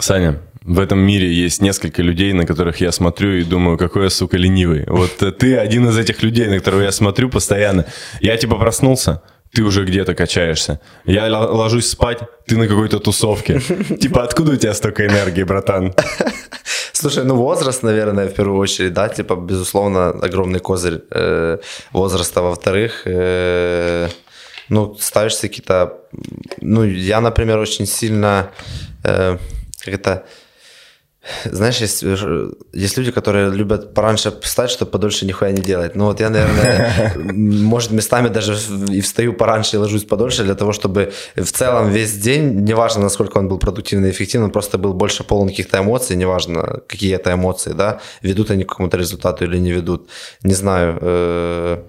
Саня, в этом мире есть несколько людей, на которых я смотрю и думаю, какой я, сука, ленивый. Вот ты один из этих людей, на которого я смотрю постоянно. Я типа проснулся, ты уже где-то качаешься. Я ложусь спать, ты на какой-то тусовке. Типа, откуда у тебя столько энергии, братан? Слушай, ну возраст, наверное, в первую очередь, да, типа, безусловно, огромный козырь возраста. Во-вторых, ну, ставишься какие-то... Ну, я, например, очень сильно... как это... Знаешь, есть люди, которые любят пораньше встать, чтобы подольше нихуя не делать. Ну вот я, наверное, может, местами даже и встаю пораньше и ложусь подольше для того, чтобы в целом весь день, неважно, насколько он был продуктивный и эффективный, просто был больше полон каких-то эмоций, неважно, какие это эмоции, да, ведут они к какому-то результату или не ведут. Не знаю,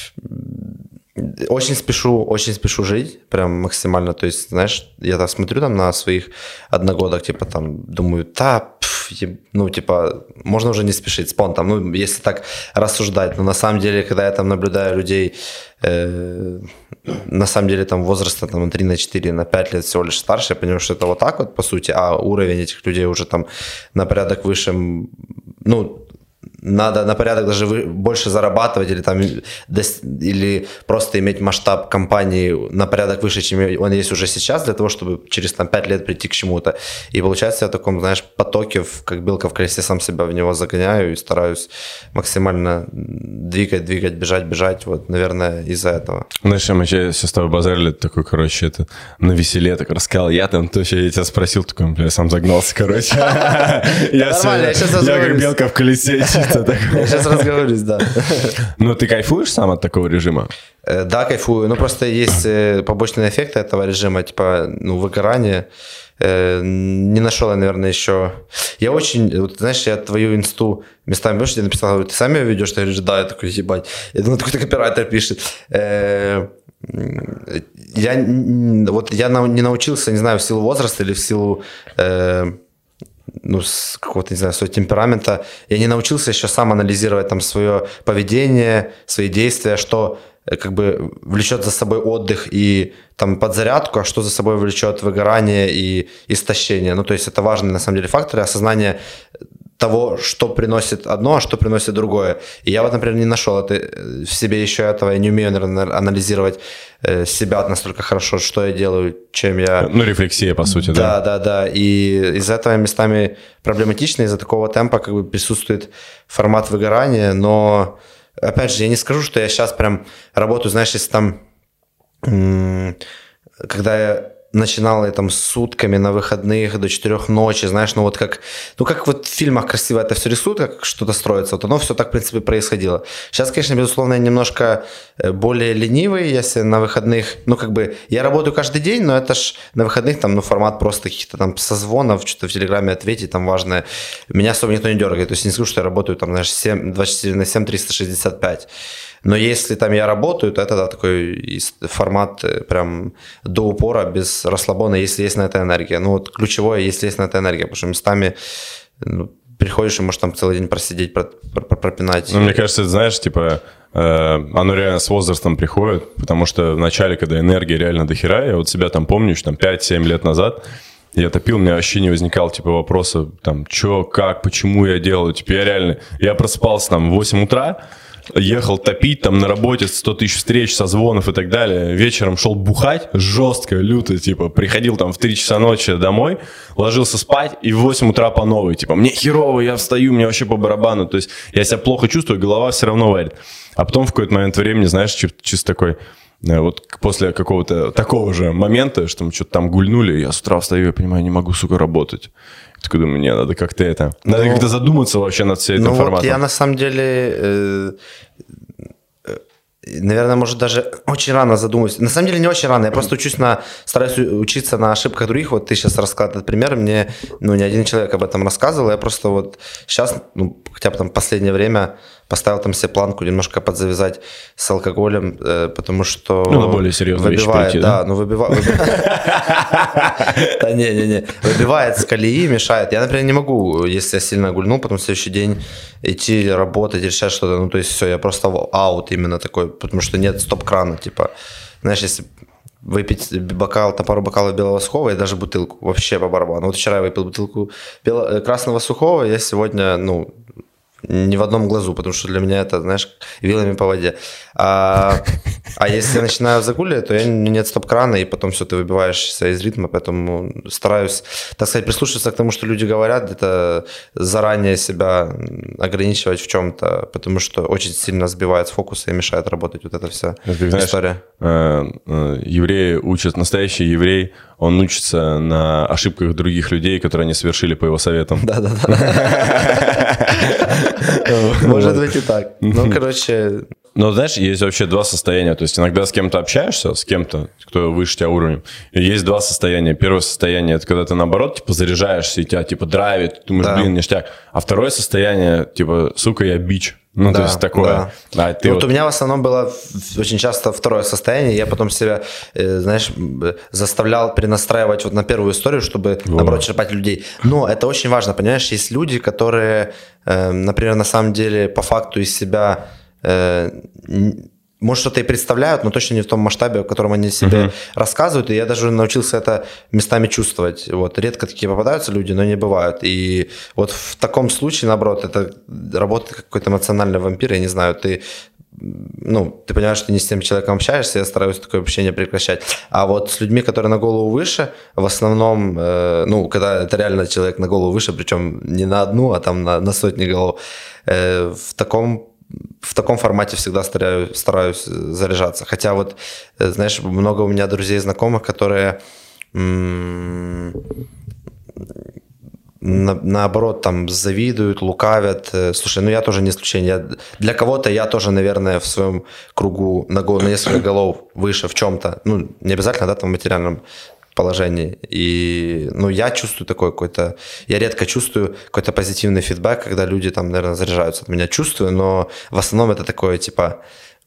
очень спешу жить, прям максимально, то есть, знаешь, я так смотрю там на своих одногодок, типа там, думаю, ну, типа, можно уже не спешить, спон там, ну, если так рассуждать, но на самом деле, когда я там наблюдаю людей, на самом деле там возраста там, на 3, на 4, на 5 лет всего лишь старше, я понимаю, что это вот так вот, по сути, а уровень этих людей уже там на порядок выше, ну, надо на порядок даже больше зарабатывать или, там, или просто иметь масштаб компании на порядок выше, чем он есть уже сейчас, для того, чтобы через там, 5 лет прийти к чему-то. И получается, я в таком, знаешь, потоке, как белка в колесе, сам себя в него загоняю и стараюсь максимально двигать, бежать, вот, наверное, из-за этого. Знаешь, мы сейчас с тобой базарили, такой, короче, это на веселе так рассказал, я там, то я тебя спросил, такой, бля, сам загнался, короче. Я как белка в колесе. Я сейчас разговорюсь, да. Ну, ты кайфуешь сам от такого режима? Да, кайфую. Ну, просто есть побочные эффекты этого режима, типа, ну, выгорание. Не нашел я, наверное, еще... Я очень... Вот, знаешь, я твою инсту местами, помнишь, я написал, говорю, ты сам ее ведешь? Ты говоришь, да, я такой, ебать. Я думаю, какой-то копирайтер пишет. Я не научился, не знаю, в силу возраста или в силу... ну, с какого-то, не знаю, своего темперамента, я не научился еще сам анализировать там свое поведение, свои действия, что как бы влечет за собой отдых и там подзарядку, а что за собой влечет выгорание и истощение. Ну, то есть это важные на самом деле факторы осознания того, что приносит одно, а что приносит другое. И я вот, например, не нашел это в себе еще этого, я не умею, наверное, анализировать себя настолько хорошо, что я делаю, чем я... Ну, рефлексия, по сути, да? Да. И из-за этого местами проблематично, из-за такого темпа как бы присутствует формат выгорания, но, опять же, я не скажу, что я сейчас прям работаю, знаешь, если там, когда я начинал я там сутками на выходных до 4 ночи, знаешь, ну вот как вот в фильмах красиво это все рисуют, как что-то строится, вот оно все так, в принципе, происходило. Сейчас, конечно, безусловно, я немножко более ленивый, если на выходных, ну как бы, я работаю каждый день, но это ж на выходных там, ну формат просто каких-то там созвонов, что-то в Телеграме ответить, там важное, меня особо никто не дергает, то есть не скажу, что я работаю там, знаешь, 24/7, 365. Но если там я работаю, то это да, такой формат прям до упора, без расслабона, если есть на это энергия. Ну вот ключевое, если есть на это энергия, потому что местами приходишь и можешь там целый день просидеть, пропинать. Ну, мне кажется, знаешь, типа, оно реально с возрастом приходит, потому что в начале, когда энергия реально дохера, я вот себя там помню, что там 5-7 лет назад, я топил, у меня вообще не возникало, типа, вопроса, там, чё, как, почему я делаю, типа, я просыпался там в 8 утра, ехал топить там на работе 100 тысяч встреч, созвонов и так далее. Вечером шел бухать жестко, люто, типа, приходил там в 3 часа ночи домой, ложился спать и в 8 утра по новой. Типа, мне херово, я встаю, мне вообще по барабану. То есть я себя плохо чувствую, голова все равно варит. А потом в какой-то момент времени, знаешь, чисто такой, вот после какого-то такого же момента, что мы что-то там гульнули, я с утра встаю, я понимаю, не могу, сука, работать. Я такой думаю, не, надо как-то это... Надо как-то задуматься вообще над всей этой форматом. Вот я на самом деле... Наверное, может, даже очень рано задумываюсь. На самом деле не очень рано. Я просто стараюсь учиться на ошибках других. Вот ты сейчас рассказал этот пример. Мне не один человек об этом рассказывал. Я просто вот сейчас, хотя бы там в последнее время поставил там себе планку немножко подзавязать с алкоголем, потому что... на более серьезные вещи перейти, да? Выбивает... Да не. Выбивает с колеи, мешает. Я, например, не могу, если я сильно гульнул, потом в следующий день идти работать, решать что-то. Ну, то есть все, я просто аут именно такой, потому что нет стоп-крана, типа. Знаешь, если выпить бокал, там, пару бокалов белого сухого и даже бутылку, вообще по барабану. Вот вчера я выпил бутылку красного сухого, я сегодня, ни в одном глазу, потому что для меня это, знаешь, вилами по воде. А если я начинаю загуливать, то нет стоп-крана, и потом все, ты выбиваешься из ритма, поэтому стараюсь, так сказать, прислушиваться к тому, что люди говорят, где-то заранее себя ограничивать в чем-то, потому что очень сильно сбивает с фокуса и мешает работать вот эта вся история. Евреи учат, настоящий еврей, он учится на ошибках других людей, которые они совершили по его советам. Да-да-да. Может быть и так. Короче... Но, знаешь, есть вообще два состояния. То есть иногда с кем-то общаешься, с кем-то, кто выше тебя уровнем. И есть два состояния. Первое состояние – это когда ты, наоборот, типа, заряжаешься, и тебя, типа, драйвит, думаешь, блин, ништяк. А второе состояние, типа, сука, я бич. То есть такое. Да. У меня в основном было очень часто второе состояние. Я потом себя, знаешь, заставлял перенастраивать вот на первую историю, чтобы, наоборот, черпать людей. Но это очень важно, понимаешь? Есть люди, которые, например, на самом деле, по факту из себя... может, что-то и представляют, но точно не в том масштабе, о котором они себе рассказывают. И я даже научился это местами чувствовать. Вот. Редко такие попадаются люди, но не бывают. И вот в таком случае, наоборот, это работает как какой-то эмоциональный вампир. Я не знаю, ты понимаешь, что ты не с тем человеком общаешься, я стараюсь такое общение прекращать. А вот с людьми, которые на голову выше, в основном, когда это реально человек на голову выше, причем не на одну, а там на сотни голов, в таком формате всегда стараюсь заряжаться. Хотя вот, знаешь, много у меня друзей и знакомых, которые наоборот там завидуют, лукавят. Слушай, я тоже не исключение. Для кого-то я тоже, наверное, в своем кругу на несколько голов выше в чем-то. Не обязательно, да, там в материальном положении. И, я чувствую такой какой-то... Я редко чувствую какой-то позитивный фидбэк, когда люди там, наверное, заряжаются от меня. Чувствую, но в основном это такое, типа,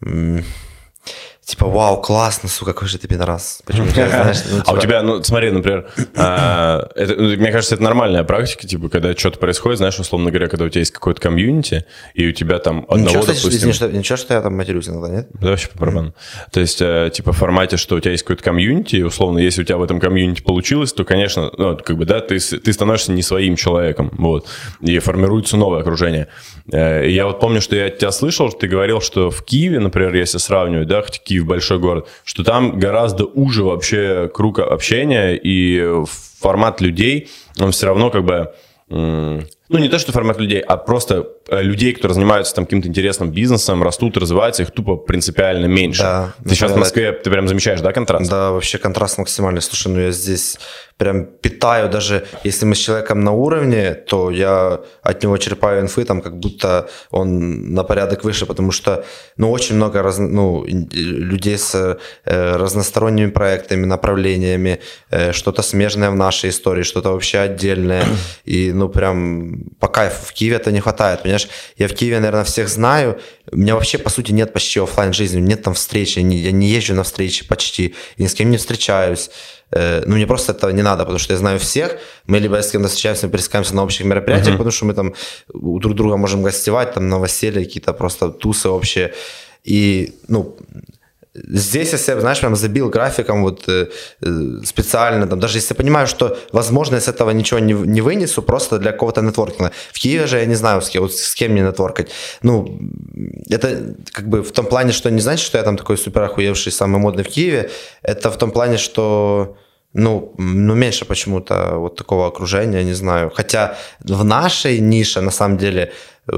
вау, классно, сука, какой же ты пидорас. Почему ты знаешь? А у тебя, смотри, например, мне кажется, это нормальная практика, типа, когда что-то происходит, знаешь, условно говоря, когда у тебя есть какое-то комьюнити, и у тебя там одного, допустим... Ничего, что я там матерюсь иногда, нет? Да, вообще по барабану. То есть, типа, в формате, что у тебя есть какое-то комьюнити, и, условно, если у тебя в этом комьюнити получилось, то, конечно, ты становишься не своим человеком, вот, и формируется новое окружение. И я вот помню, что я от тебя слышал, что ты говорил, что в Киеве, например, если сравнивать, да, хоть Киев большой город, что там гораздо уже вообще круг общения, и формат людей, он все равно как бы... не то, что формат людей, а просто людей, которые занимаются там каким-то интересным бизнесом, растут, развиваются, их тупо принципиально меньше. Да, ты сейчас в Москве, ты прям замечаешь, да, контраст? Да, вообще контраст максимальный. Слушай, я здесь прям питаю, даже если мы с человеком на уровне, то я от него черпаю инфы, там, как будто он на порядок выше, потому что, очень много людей с разносторонними проектами, направлениями, что-то смежное в нашей истории, что-то вообще отдельное, и, прям по кайфу. В Киеве это не хватает, понимаешь? Я в Киеве, наверное, всех знаю, у меня вообще, по сути, нет почти офлайн жизни, нет там встречи, я не езжу на встречи почти, я ни с кем не встречаюсь. Мне просто этого не надо, потому что я знаю всех. Мы либо с кем-то встречаемся, пересекаемся на общих мероприятиях, потому что мы там у друг друга можем гостевать, там новоселья, какие-то просто тусы общие. И, здесь я себя, знаешь, прям забил графиком вот специально, там, даже если я понимаю, что, возможно, я с этого ничего не вынесу, просто для какого-то нетворкинга. В Киеве же я не знаю, с кем мне нетворкать. Это как бы в том плане, что не значит, что я там такой супер охуевший, самый модный в Киеве. Это в том плане, что... меньше почему-то вот такого окружения, не знаю. Хотя в нашей нише, на самом деле,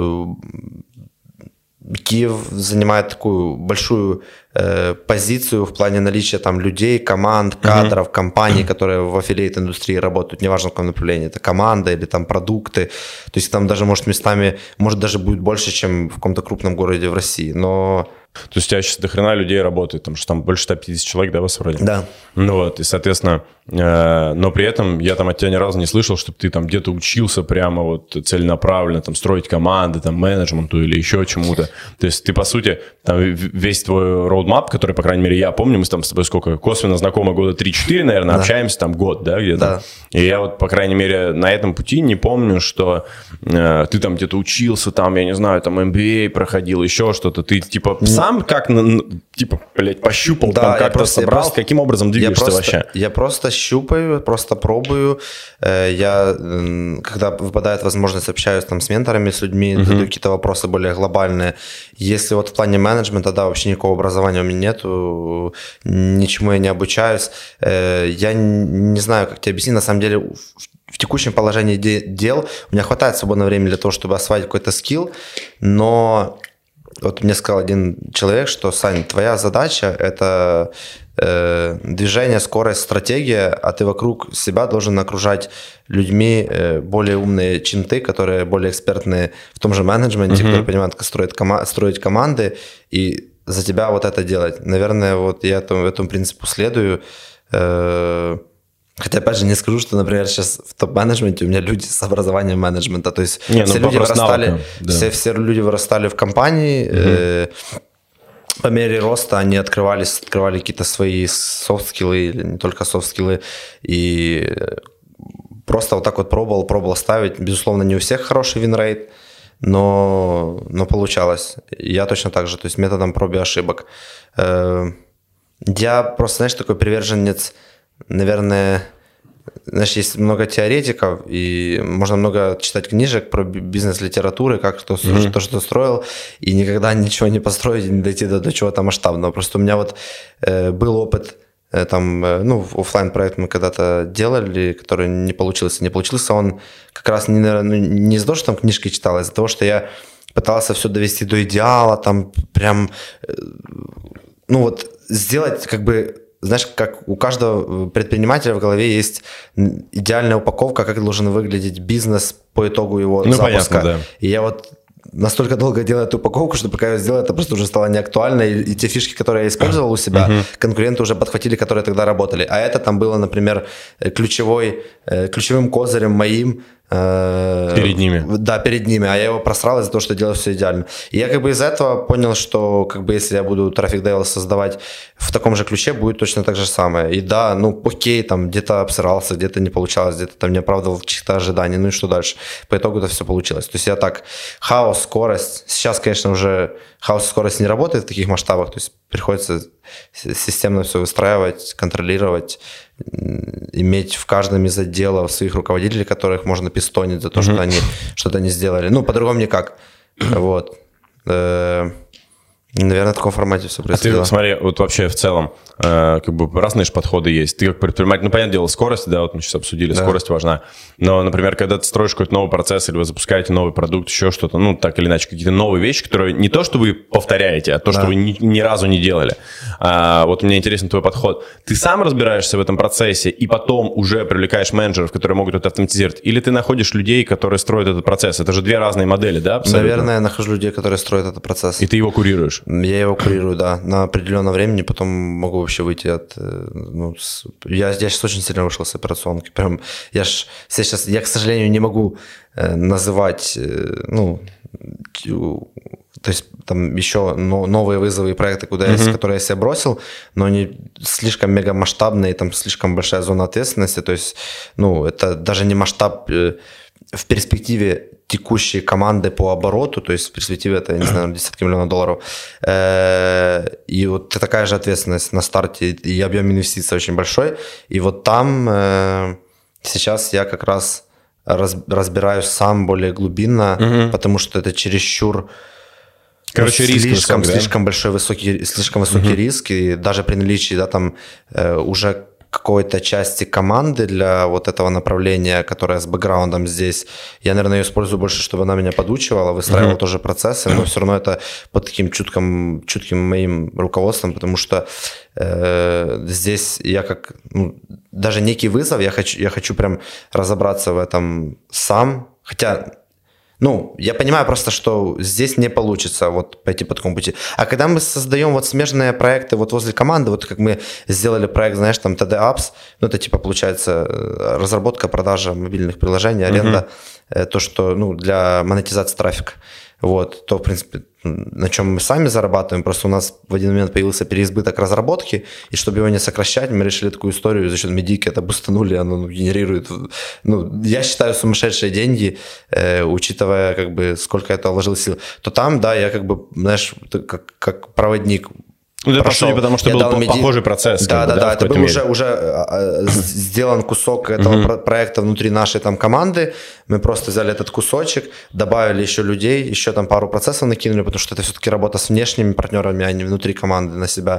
Киев занимает такую большую позицию в плане наличия там людей, команд, кадров, компаний, которые в аффилиейт-индустрии работают, неважно в каком направлении, это команда или там продукты. То есть там даже может даже будет больше, чем в каком-то крупном городе в России, но... То есть у тебя сейчас до хрена людей работает, потому что там больше 150 человек, да, вас вроде? Да. И, соответственно, но при этом я там от тебя ни разу не слышал, чтобы ты там где-то учился прямо вот целенаправленно там строить команды, там менеджменту или еще чему-то. То есть ты, по сути, там весь твой роудмап, который, по крайней мере, я помню, мы там с тобой сколько, косвенно знакомы года 3-4, наверное, общаемся там год, да, где-то. Да. И я вот, по крайней мере, на этом пути не помню, что ты там где-то учился, там, я не знаю, там MBA проходил, еще что-то. Ты типа сам сам как, типа, блядь, пощупал, да, там как-то собрал, каким образом двигаешься вообще? Я просто щупаю, просто пробую. Я, когда выпадает возможность, общаюсь там с менторами, с людьми, задаю какие-то вопросы более глобальные. Если вот в плане менеджмента, да, вообще никакого образования у меня нету, ничему я не обучаюсь. Я не знаю, как тебе объяснить, на самом деле в текущем положении дел у меня хватает свободного времени для того, чтобы освоить какой-то скилл, но вот мне сказал один человек, что, Сань, твоя задача – это движение, скорость, стратегия, а ты вокруг себя должен окружать людьми более умные, чем ты, которые более экспертные в том же менеджменте, которые понимают, как строить команды, и за тебя вот это делать. Наверное, вот я этому принципу следую. Хотя, опять же, не скажу, что, например, сейчас в топ-менеджменте у меня люди с образованием менеджмента. То есть все люди вырастали, все люди вырастали в компании, по мере роста они открывали какие-то свои софт-скиллы, или не только софт-скиллы, и просто вот так вот пробовал ставить. Безусловно, не у всех хороший вин-рейт, но получалось. Я точно так же, то есть методом проб и ошибок. Я просто, знаешь, такой приверженец. Наверное, знаешь, есть много теоретиков, и можно много читать книжек про бизнес-литературы, как кто что строил, и никогда ничего не построить, не дойти до чего-то масштабного. Просто у меня вот был опыт, там, офлайн проект мы когда-то делали, который не получился. Не получился он как раз не из-за того, что там книжки читал, а из-за того, что я пытался все довести до идеала, там прям, сделать как бы. Знаешь, как у каждого предпринимателя в голове есть идеальная упаковка, как должен выглядеть бизнес по итогу его запуска. Понятно, да. И я вот настолько долго делал эту упаковку, что пока я сделал, это просто уже стало неактуально. И те фишки, которые я использовал у себя, конкуренты уже подхватили, которые тогда работали. А это там было, например, ключевым козырем моим. Перед ними. Да, перед ними. А я его просрал из-за того, что делал все идеально. И я как бы из этого понял, что как бы если я буду Traffic Daily создавать в таком же ключе, будет точно так же самое. И да, окей, там где-то обсирался, где-то не получалось, где-то там не оправдывал чьих-то ожиданий. Ну и что дальше? По итогу это все получилось. То есть я так, хаос, скорость. Сейчас, конечно, уже хаос и скорость не работает в таких масштабах. То есть приходится системно все выстраивать, контролировать, иметь в каждом из отделов своих руководителей, которых можно пистонить за то, что они что-то не сделали. По-другому никак. Вот. Наверное, в таком формате все происходило. А ты смотри, вот вообще в целом, как бы разные же подходы есть. Ты как предприниматель, понятное дело, скорость, да, вот мы сейчас обсудили, да. Скорость важна. Но, например, когда ты строишь какой-то новый процесс, или вы запускаете новый продукт, еще что-то, так или иначе, какие-то новые вещи, которые не то, что вы повторяете, а то, что вы ни разу не делали. Вот мне интересен твой подход. Ты сам разбираешься в этом процессе и потом уже привлекаешь менеджеров, которые могут это автоматизировать? Или ты находишь людей, которые строят этот процесс? Это же две разные модели, да? Абсолютно? Наверное, я нахожу людей, которые строят этот процесс. И ты его курируешь? Я его курирую, да, на определенное время, потом могу вообще выйти от... Я сейчас очень сильно вышел с операционки. Прям, я, к сожалению, не могу называть, то есть там еще новые вызовы и проекты, которые я себе бросил, но они слишком мегамасштабные, там слишком большая зона ответственности, то есть, это даже не масштаб в перспективе текущей команды по обороту, то есть в перспективе это, не знаю, десятки миллионов долларов. И вот такая же ответственность на старте, и объем инвестиций очень большой. И вот там сейчас я как раз разбираюсь сам более глубинно, потому что это чересчур... слишком высокий риск, и даже при наличии, да, там уже какой-то части команды для вот этого направления, которое с бэкграундом здесь. Я, наверное, ее использую больше, чтобы она меня подучивала, выстраивала тоже процессы, но все равно это под таким чутким моим руководством, потому что здесь я как... даже некий вызов, я хочу прям разобраться в этом сам, хотя... я понимаю просто, что здесь не получится вот пойти по такому пути. А когда мы создаем вот смежные проекты вот возле команды, вот как мы сделали проект, знаешь, там TD Apps, это типа получается разработка, продажа мобильных приложений, аренда, то, что, для монетизации трафика. вот, то, в принципе, на чем мы сами зарабатываем, просто у нас в один момент появился переизбыток разработки, и чтобы его не сокращать, мы решили такую историю за счет медийки это бустанули, оно генерирует, я считаю, сумасшедшие деньги, учитывая, как бы, сколько это вложил сил, то там, да, я, как бы, знаешь, как проводник. Это прошел, потому что был похожий процесс. Да, это был уже сделан кусок этого проекта внутри нашей там команды. Мы просто взяли этот кусочек, добавили еще людей, еще там пару процессов накинули, потому что это все-таки работа с внешними партнерами, а не внутри команды на себя.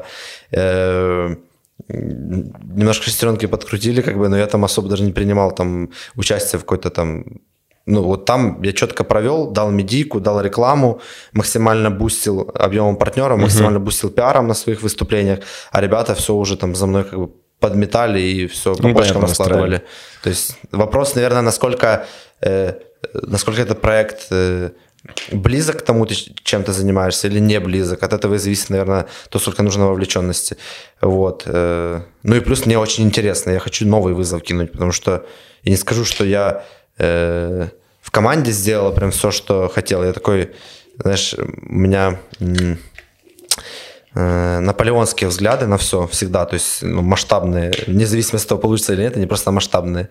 Немножко шестеренки подкрутили, как бы, но я там особо даже не принимал там участие в какой-то там... вот там я четко провел, дал медийку, дал рекламу, максимально бустил объемом партнера, максимально бустил пиаром на своих выступлениях, а ребята все уже там за мной как бы подметали и все по почкам раскладывали. То есть вопрос, наверное, насколько этот проект близок к тому, чем ты занимаешься, или не близок. От этого и зависит, наверное, то, сколько нужно вовлеченности. Вот. Ну и плюс мне очень интересно, я хочу новый вызов кинуть, потому что я не скажу, что я в команде сделала прям все, что хотел. Я такой, знаешь, у меня наполеонские взгляды на все всегда, то есть масштабные, вне зависимости от того, получится или нет, они просто масштабные.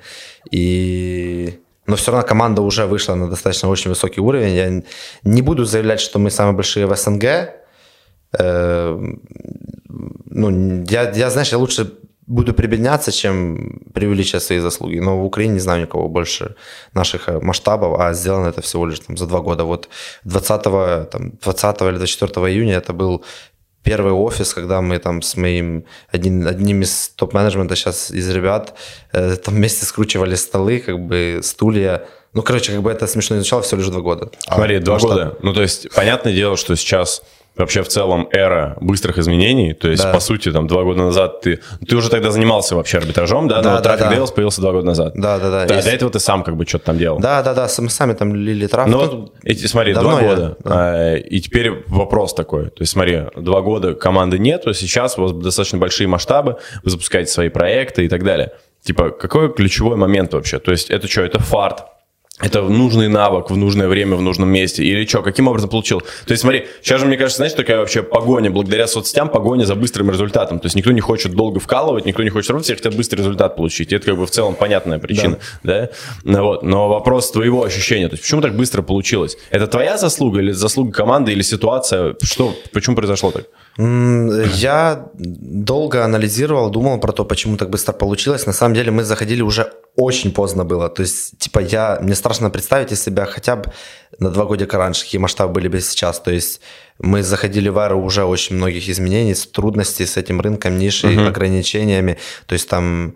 Но все равно команда уже вышла на достаточно очень высокий уровень. Я не буду заявлять, что мы самые большие в СНГ. Я, знаешь, я лучше буду прибедняться, чем преувеличивать свои заслуги. Но в Украине не знаю никого больше наших масштабов, а сделано это всего лишь там, за 2 года. Вот 20 или 24 июня это был первый офис, когда мы там с моим одним из топ-менеджмента сейчас из ребят там вместе скручивали столы, как бы стулья. Ну, короче, как бы это смешно изучало всего лишь 2 года. Смотри, 2 года. Ну, то есть, понятное дело, что сейчас вообще в целом эра быстрых изменений, то есть, по сути, там, 2 года назад ты уже тогда занимался вообще арбитражом, да? Но Traffic Devils появился 2 года назад. Да. А до этого ты сам как бы что-то там делал. Да, мы сами там лили трафик. Ну, смотри, 2 года, и теперь вопрос такой, то есть, смотри, 2 года команды нету, сейчас у вас достаточно большие масштабы, вы запускаете свои проекты и так далее. Типа, какой ключевой момент вообще? То есть, это что, это фарт? Это нужный навык в нужное время, в нужном месте? Или что, каким образом получил? То есть смотри, сейчас же, мне кажется, знаешь, такая вообще погоня, благодаря соцсетям, погоня за быстрым результатом. То есть никто не хочет долго вкалывать, никто не хочет работать, все хотят быстрый результат получить. И это как бы в целом понятная причина, да? Вот. Но вопрос твоего ощущения, то есть почему так быстро получилось? Это твоя заслуга или заслуга команды, или ситуация? Почему произошло так? Я долго анализировал, думал про то, почему так быстро получилось. На самом деле мы заходили уже очень поздно было. То есть, типа, мне страшно представить из себя хотя бы на 2 годика раньше, какие масштабы были бы сейчас. То есть мы заходили в эру уже очень многих изменений, трудностей с этим рынком, нишей, ограничениями. То есть там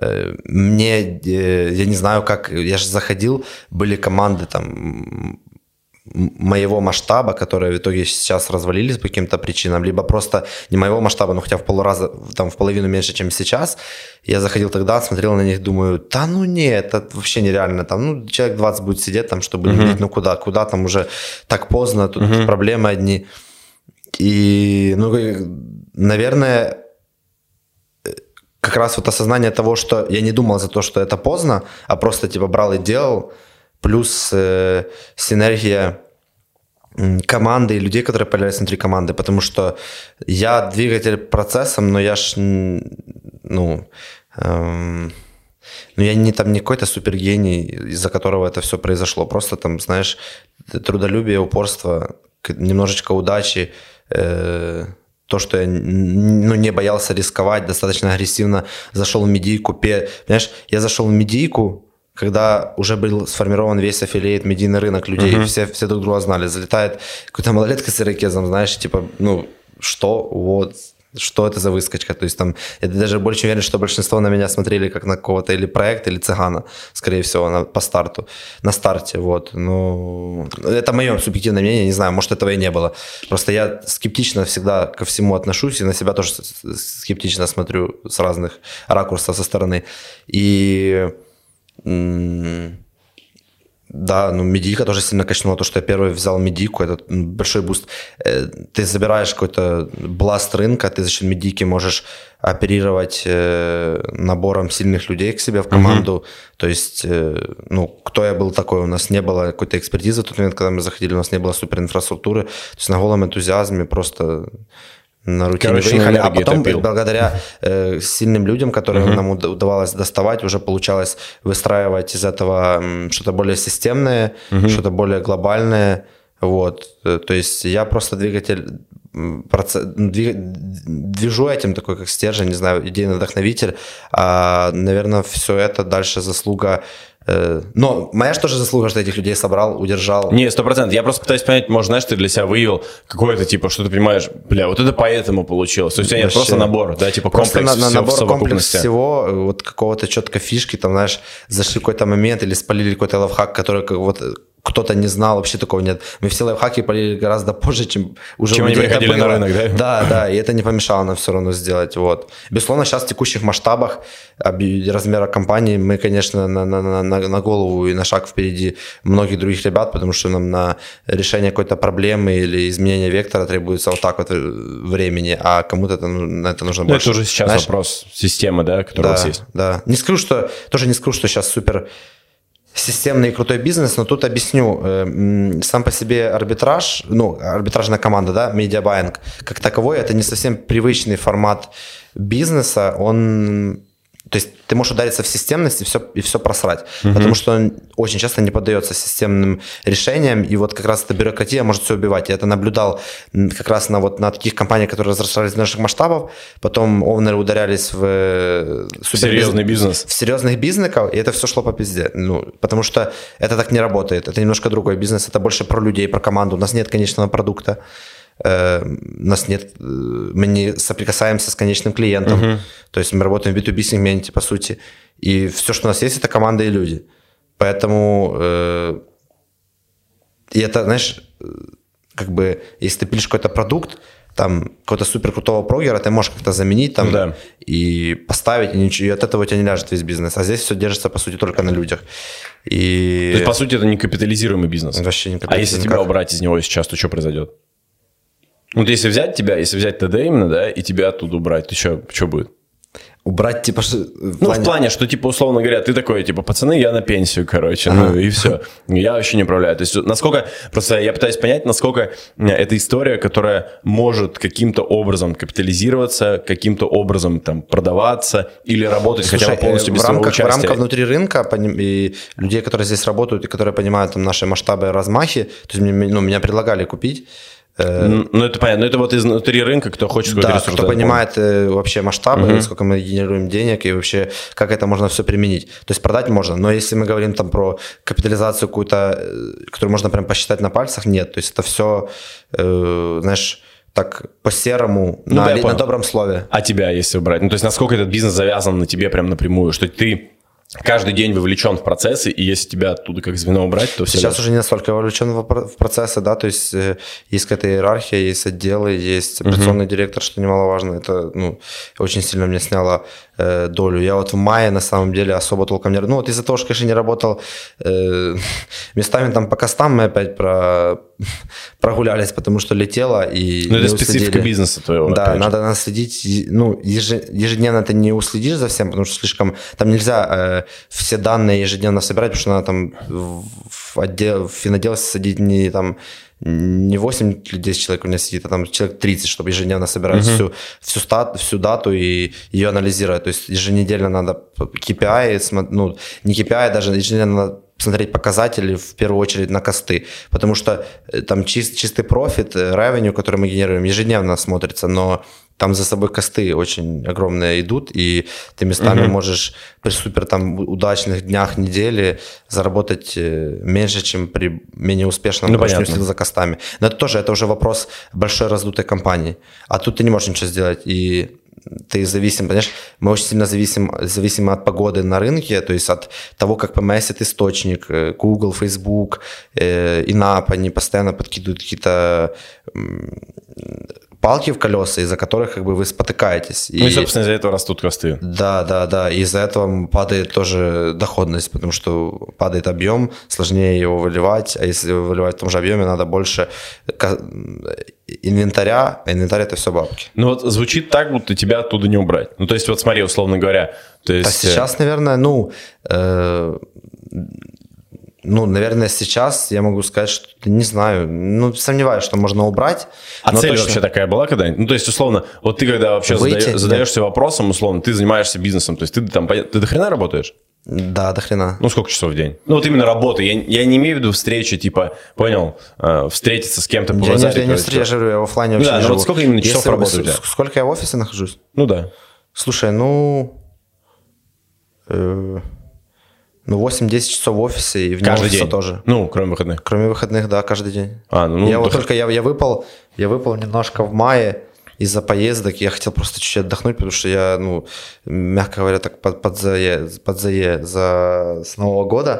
я не знаю, как, я же заходил, были команды там моего масштаба, которые в итоге сейчас развалились по каким-то причинам, либо просто не моего масштаба, но хотя в половину меньше, чем сейчас. Я заходил тогда, смотрел на них, думаю, да ну нет, это вообще нереально. Там, человек 20 будет сидеть там, чтобы не видеть, куда там уже так поздно, тут проблемы одни. И, наверное, как раз вот осознание того, что я не думал за то, что это поздно, а просто типа брал и делал, плюс синергия команды и людей, которые появляются внутри команды, потому что я двигатель процессом, но я я не какой-то супергений, из-за которого это все произошло, просто там, знаешь, трудолюбие, упорство, немножечко удачи, то, что я не боялся рисковать, достаточно агрессивно зашел в медийку. Понимаешь, я зашел в медийку, когда уже был сформирован весь аффилиейт, медийный рынок людей, все друг друга знали. Залетает какой-то малолетка с ирокезом, знаешь, типа, что это за выскочка? То есть там, я даже больше уверен, что большинство на меня смотрели как на какого-то или проекта, или цыгана, скорее всего, на старте, вот. Ну, это мое субъективное мнение, не знаю, может, этого и не было. Просто я скептично всегда ко всему отношусь, и на себя тоже скептично смотрю с разных ракурсов со стороны. И Да, ну медийка тоже сильно качнула, то, что я первый взял медийку, это большой буст. Ты забираешь какой-то бласт рынка, ты за счет медийки можешь оперировать набором сильных людей к себе в команду. То есть, ну, кто я был такой, у нас не было какой-то экспертизы в тот момент, когда мы заходили, у нас не было суперинфраструктуры, то есть на голом энтузиазме просто... на рутине выехали, а потом благодаря сильным людям, которые нам удавалось доставать, уже получалось выстраивать из этого что-то более системное, что-то более глобальное. Вот. То есть я просто двигатель, движу этим такой, как стержень, не знаю, идейный вдохновитель. А, наверное, все это дальше заслуга... Но моя же тоже заслуга, что этих людей собрал, удержал. Не, 100%. Я просто пытаюсь понять, может, знаешь, ты для себя выявил какое-то, типа, что ты понимаешь, бля, вот это поэтому получилось. То есть у тебя нет просто набор, да, типа комплекс всего набор, в совокупности. Комплекс всего, вот какого-то четко фишки, там, знаешь, зашли в какой-то момент или спалили какой-то лайфхак, который вот... кто-то не знал, вообще такого нет. Мы все лайфхаки полили гораздо позже, чем уже чем они приходили на рынок, да? Да, да, и это не помешало нам все равно сделать. Вот. Безусловно, сейчас в текущих масштабах размера компании мы, конечно, на голову и на шаг впереди многих других ребят, потому что нам на решение какой-то проблемы или изменение вектора требуется вот так вот времени, а кому-то на это нужно больше. Это уже сейчас, знаешь, вопрос системы, да, которая у вас есть. Да, не скажу, что сейчас супер системный и крутой бизнес, но тут объясню. Сам по себе арбитраж, ну, арбитражная команда, да, медиабайинг, как таковой, это не совсем привычный формат бизнеса, то есть ты можешь удариться в системность и все просрать, потому что он очень часто не поддается системным решениям, и вот как раз эта бюрократия может все убивать. Я это наблюдал как раз на таких компаниях, которые разрастались до наших масштабов, потом овнеры ударялись в серьезный бизнес. В серьезных бизнесов, и это все шло по пизде. Ну, потому что это так не работает, это немножко другой бизнес, это больше про людей, про команду, у нас нет конечного продукта. У нас нет, мы не соприкасаемся с конечным клиентом, то есть мы работаем в B2B сегменте, по сути, и все, что у нас есть, это команда и люди. Поэтому, и это, знаешь, как бы, если ты пилишь какой-то продукт, там, какого-то супер крутого прогера, ты можешь как-то заменить там и поставить, и от этого у тебя не ляжет весь бизнес. А здесь все держится, по сути, только на людях. И... То есть, по сути, это не капитализируемый бизнес. Вообще не капитализируемый. А если тебя убрать из него сейчас, то что произойдет? Вот если взять ТД именно, да, и тебя оттуда убрать, то что будет? Убрать, типа... в плане, что, типа, условно говоря, ты такой, типа, пацаны, я на пенсию, короче, ну и все. Я вообще не управляю. То есть, насколько... Просто я пытаюсь понять, насколько эта история, которая может каким-то образом капитализироваться, каким-то образом, там, продаваться или работать хотя бы полностью без своего участия. В рамках внутри рынка и людей, которые здесь работают и которые понимают там наши масштабы и размахи, то есть, меня предлагали купить. Ну, это понятно. Но это вот изнутри рынка, кто хочет какой-то ресурс. Кто понимает вообще масштабы, сколько мы генерируем денег и вообще как это можно все применить. То есть продать можно, но если мы говорим там про капитализацию какую-то, которую можно прям посчитать на пальцах, нет. То есть это все, знаешь, так по-серому, на добром слове. А тебя, если убрать? Ну, то есть насколько этот бизнес завязан на тебе прям напрямую, что ты... каждый день вовлечен в процессы, и если тебя оттуда как звено убрать, то все... Сейчас уже не настолько вовлечен в процессы, да, то есть есть какая-то иерархия, есть отделы, есть операционный директор, что немаловажно, это, очень сильно мне сняло долю. Я вот в мае, на самом деле, особо толком не... вот из-за того, что, конечно, не работал местами там по кастам, мы опять прогулялись, потому что летело и это специфика бизнеса твоего. Да, надо следить, ежедневно ты не уследишь за всем, потому что слишком... Там нельзя все данные ежедневно собирать, потому что надо там в финотдел садить не 8 или 10 человек у меня сидит, а там человек 30, чтобы ежедневно собирать всю дату и ее анализировать. То есть еженедельно надо KPI, не KPI, даже еженедельно надо смотреть показатели в первую очередь на косты, потому что там чистый профит, revenue, который мы генерируем, ежедневно смотрится, но там за собой косты очень огромные идут, и ты местами можешь при супер там удачных днях недели заработать меньше, чем при менее успешном следу за костами. Но это уже вопрос большой раздутой компании. А тут ты не можешь ничего сделать, и ты зависим, понимаешь, мы очень сильно зависимы от погоды на рынке, то есть от того, как поместит источник, Google, Facebook, Inap, они постоянно подкидывают какие-то палки в колеса, из-за которых как бы вы спотыкаетесь. Ну и, собственно, из-за этого растут косты. Да. И из-за этого падает тоже доходность, потому что падает объем, сложнее его выливать, а если выливать в том же объеме, надо больше инвентаря, а инвентарь это все бабки. Ну вот звучит так, будто тебя оттуда не убрать. Ну то есть вот смотри, условно говоря. То есть... сейчас, наверное, наверное, сейчас я могу сказать, что не знаю, сомневаюсь, что можно убрать. А цель точно... вообще такая была когда-нибудь? Ну, то есть, условно, вот ты когда вообще задаешься вопросом, условно, ты занимаешься бизнесом, то есть ты до хрена работаешь? Да, до хрена. Ну, сколько часов в день? Ну, вот именно работа. Я не имею в виду встречи, типа, понял, встретиться с кем-то, побазарить. Я не встречу, я живу, я в офлайне вообще не живу. Вот сколько именно часов работы у тебя? Сколько я в офисе нахожусь? Ну, да. Слушай, 8-10 часов в офисе и вне офиса день. Тоже. Ну, кроме выходных. Кроме выходных, да, каждый день. Я выпал немножко в мае из-за поездок. Я хотел просто чуть-чуть отдохнуть, потому что я, мягко говоря, так подзае с Нового года.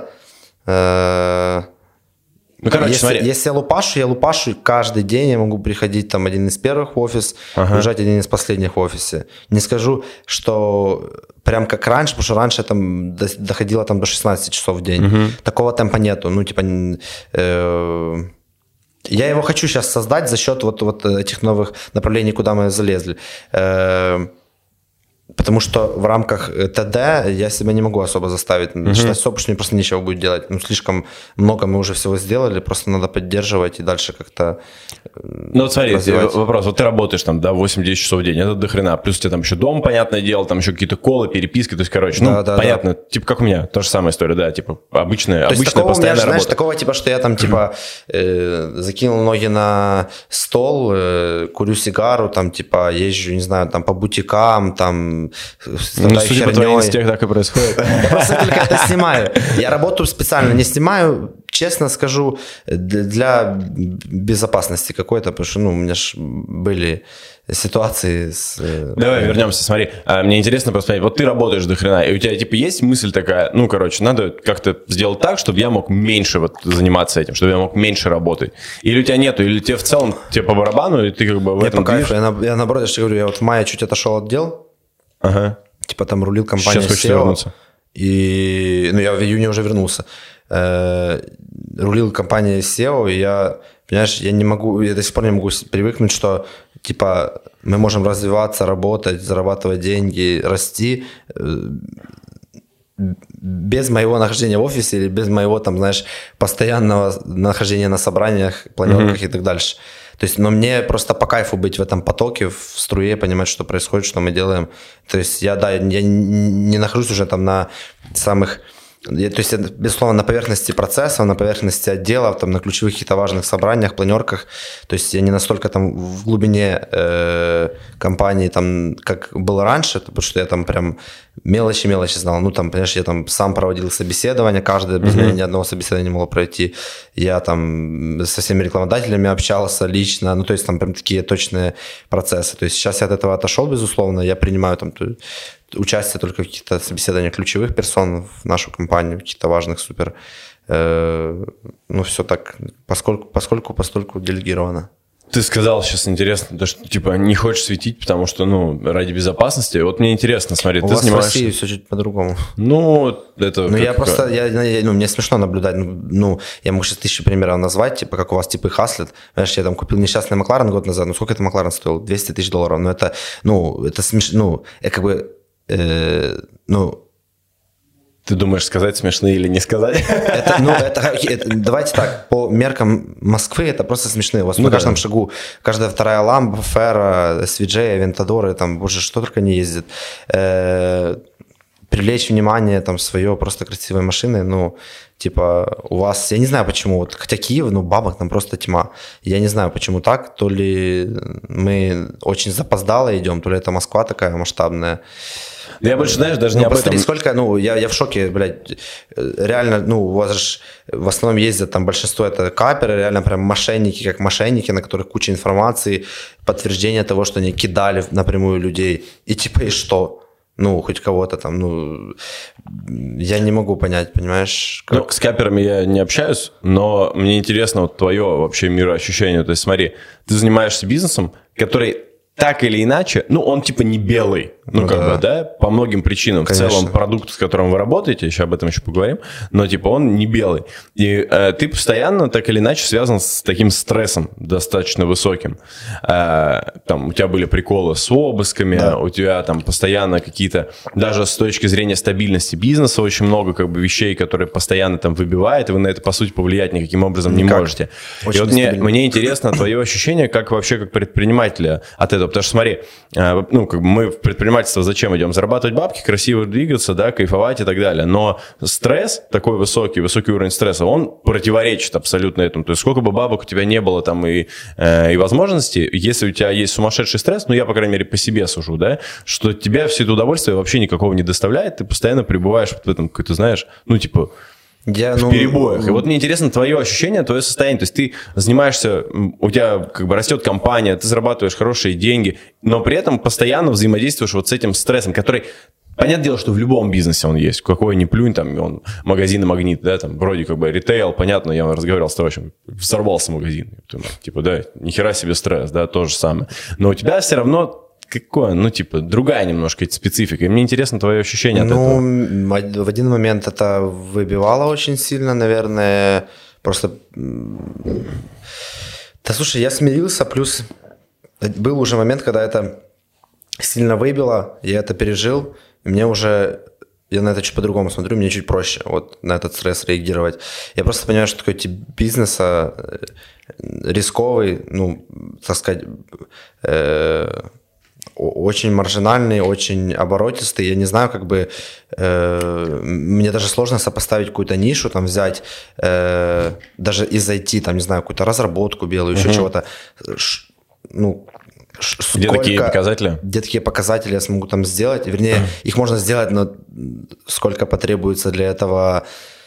Смотри. Если я лупашу каждый день, я могу приходить там один из первых в офис, уезжать один из последних в офисе. Не скажу, что прям как раньше, потому что раньше я там доходило там до 16 часов в день. Такого темпа нету. Я его хочу сейчас создать за счет вот этих новых направлений, куда мы залезли. Потому что в рамках ТД я себя не могу особо заставить. 16 часов, потому что мне просто нечего будет делать. Слишком много мы уже всего сделали, просто надо поддерживать и дальше как-то Ну вот смотри, вопрос. Вот ты работаешь там, 8-10 часов в день, это до хрена. Плюс у тебя там еще дом, понятное дело, там еще какие-то колы, переписки, то есть, короче, понятно. Да. Типа как у меня, та же самая история, да, типа обычная постоянная меня, работа. Знаешь, такого типа, что я там закинул ноги на стол, курю сигару, там типа езжу, не знаю, там по бутикам, там судя по твоим инстах, так и происходит. Я просто только это снимаю. Я работу специально не снимаю, честно скажу, для безопасности какой-то, потому что, у меня ж были ситуации с... Давай вернемся, смотри. Мне интересно просто понять, вот ты работаешь до хрена, и у тебя типа есть мысль такая, надо как-то сделать так, чтобы я мог меньше заниматься этим, чтобы я мог меньше работать. Или у тебя нету, или тебе в целом по барабану, и ты как бы в этом по кайфу. Я наоборот, я же говорю, я вот в мае чуть отошел от дел, типа там рулил компания SEO. Сейчас хочешь вернуться? И, я в июне уже вернулся. Рулил компания SEO, и я до сих пор не могу привыкнуть, что типа мы можем развиваться, работать, зарабатывать деньги, расти без моего нахождения в офисе или без моего там, знаешь, постоянного нахождения на собраниях, планерках и так дальше. То есть, но мне просто по кайфу быть в этом потоке, в струе, понимать, что происходит, что мы делаем. То есть я не нахожусь уже там на самых... То есть, я, безусловно, на поверхности процессов, на поверхности отделов, там, на ключевых каких-то важных собраниях, планерках. То есть я не настолько там в глубине компании, там, как было раньше, потому что я там прям мелочи знал. Там, понимаешь, я там сам проводил собеседование, каждое, без меня ни одного собеседования не могло пройти. Я там со всеми рекламодателями общался лично, то есть там прям такие точные процессы. То есть сейчас я от этого отошел, безусловно, я принимаю там участие только в каких-то собеседованиях ключевых персон в нашу компанию, каких-то важных супер. Все так, постольку делегировано. Ты сказал сейчас интересно, что типа не хочешь светить, потому что, ради безопасности. Вот мне интересно, смотри, ты занимаешься... У вас в России все чуть по-другому. Это... я просто, мне смешно наблюдать, я могу сейчас 1000 примеров назвать, типа, как у вас типы хаслят. Знаешь, я там купил несчастный Макларен год назад, сколько это Макларен стоил? $200 000. Это смешно, как бы, Ты думаешь, сказать смешные или не сказать? Давайте так, по меркам Москвы это просто смешные. У вас на каждом шагу, каждая вторая ламба, Фера, SVJ, Авентадоры, там, боже, что только не ездит. Привлечь внимание там свое просто красивой машиной, у вас, я не знаю почему, хотя Киев, бабок там просто тьма. Я не знаю, почему так, то ли мы очень запоздало идем, то ли это Москва такая масштабная. Я больше, знаешь, даже не об этом. Сколько, я в шоке, блядь, реально, у вас же в основном ездят там большинство это каперы, реально прям мошенники, как мошенники, на которых куча информации, подтверждение того, что они кидали напрямую людей, и типа, и что? Ну, хоть кого-то там, ну, я не могу понять, понимаешь? Как... Ну, с каперами я не общаюсь, но мне интересно вот твое вообще мироощущение. То есть смотри, ты занимаешься бизнесом, который так или иначе, ну, он типа не белый, ну, как бы, да, по многим причинам. Конечно. В целом продукт, с которым вы работаете, еще об этом еще поговорим, но типа он не белый. И ты постоянно так или иначе связан с таким стрессом достаточно высоким. Там у тебя были приколы с обысками, да. У тебя там постоянно какие-то, даже с точки зрения стабильности бизнеса, очень много как бы вещей, которые постоянно там выбивают, и вы на это, по сути, повлиять никаким образом не можете. Очень и вот мне интересно твое ощущение, как вообще как предпринимателя от этого. Потому что смотри, ну, как бы мы в предпринимательство зачем идем? Зарабатывать бабки, красиво двигаться, да, кайфовать и так далее. Но стресс, такой высокий уровень стресса, он противоречит абсолютно этому. То есть сколько бы бабок у тебя не было там и возможностей, если у тебя есть сумасшедший стресс, ну, я, по крайней мере, по себе сужу, да, что тебе все это удовольствие вообще никакого не доставляет, ты постоянно пребываешь в этом какой-то, знаешь, ну, типа... в перебоях. И вот мне интересно твое ощущение, твое состояние. То есть ты занимаешься, у тебя как бы растет компания, ты зарабатываешь хорошие деньги, но при этом постоянно взаимодействуешь вот с этим стрессом, который, понятное дело, что в любом бизнесе он есть. Какой ни плюнь, там, он магазин и магнит, да, там, вроде как бы ритейл, понятно, я разговаривал с товарищем, взорвался магазин. Типа, да, нихера себе стресс, да, то же самое. Но у тебя все равно... Какое? Ну, типа, другая немножко специфика. И мне интересно твое ощущение от этого. Ну, в один момент это выбивало очень сильно, наверное. Просто... Да, слушай, я смирился, плюс был уже момент, когда это сильно выбило, я это пережил, и мне уже... Я на это чуть по-другому смотрю, мне чуть проще вот на этот стресс реагировать. Я просто понимаю, что такой тип бизнеса рисковый, ну, так сказать... очень маржинальный, очень оборотистый. Я не знаю, как бы мне даже сложно сопоставить какую-то нишу, там взять, даже из IT, там, не знаю, какую-то разработку белую, еще чего-то. Ну, где такие показатели? Где такие показатели я смогу там сделать. Вернее, их можно сделать, но сколько потребуется для этого.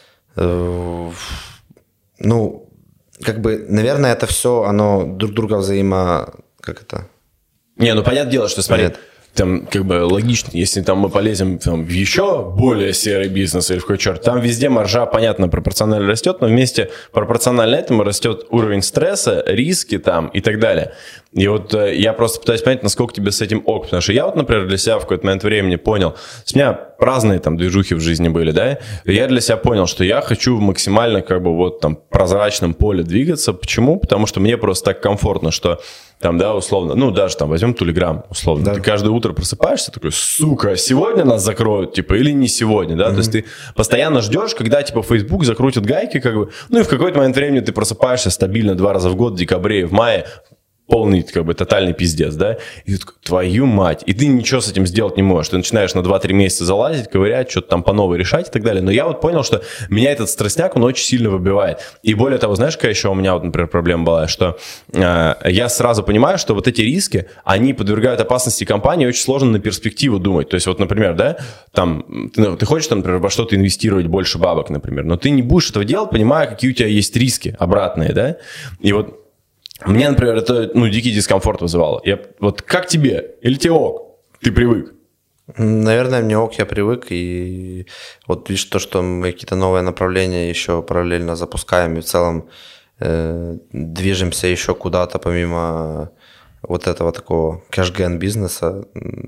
Ну, как бы, наверное, это все, оно друг друга Как это? Не, ну понятное дело, что смотри, там как бы логично, если там мы полезем там, в еще более серый бизнес или в какой черт, там везде маржа, понятно, пропорционально растет, но вместе пропорционально этому растет уровень стресса, риски там и так далее. И вот я просто пытаюсь понять, насколько тебе с этим ок, потому что я вот, например, для себя в какой-то момент времени понял, у меня разные там движухи в жизни были, да, и я для себя понял, что я хочу в максимально как бы вот там прозрачном поле двигаться. Почему? Потому что мне просто так комфортно, что там, да, условно, ну, даже там возьмем Telegram, условно, да. Ты каждое утро просыпаешься такой, сука, сегодня нас закроют, типа, или не сегодня, да, то есть ты постоянно ждешь, когда, типа, Facebook закрутит гайки, как бы, ну, и в какой-то момент времени ты просыпаешься стабильно 2 раза в год, в декабре и в мае, полный, как бы, тотальный пиздец, да, и ты такой, твою мать, и ты ничего с этим сделать не можешь, ты начинаешь на 2-3 месяца залазить, ковырять, что-то там по новой решать и так далее, но я вот понял, что меня этот стрессняк, он очень сильно выбивает, и более того, знаешь, какая еще у меня, вот, например, проблема была, что я сразу понимаю, что вот эти риски, они подвергают опасности компании, очень сложно на перспективу думать, то есть вот, например, да, там, ты хочешь, там, например, во что-то инвестировать больше бабок, например, но ты не будешь этого делать, понимая, какие у тебя есть риски обратные, да, и вот мне, например, это, ну, дикий дискомфорт вызывало. Вот как тебе? Или тебе ок? Ты привык? Наверное, мне ок, я привык. И вот видишь, то, что мы какие-то новые направления еще параллельно запускаем. И в целом движемся еще куда-то помимо вот этого такого кэш-ген бизнеса.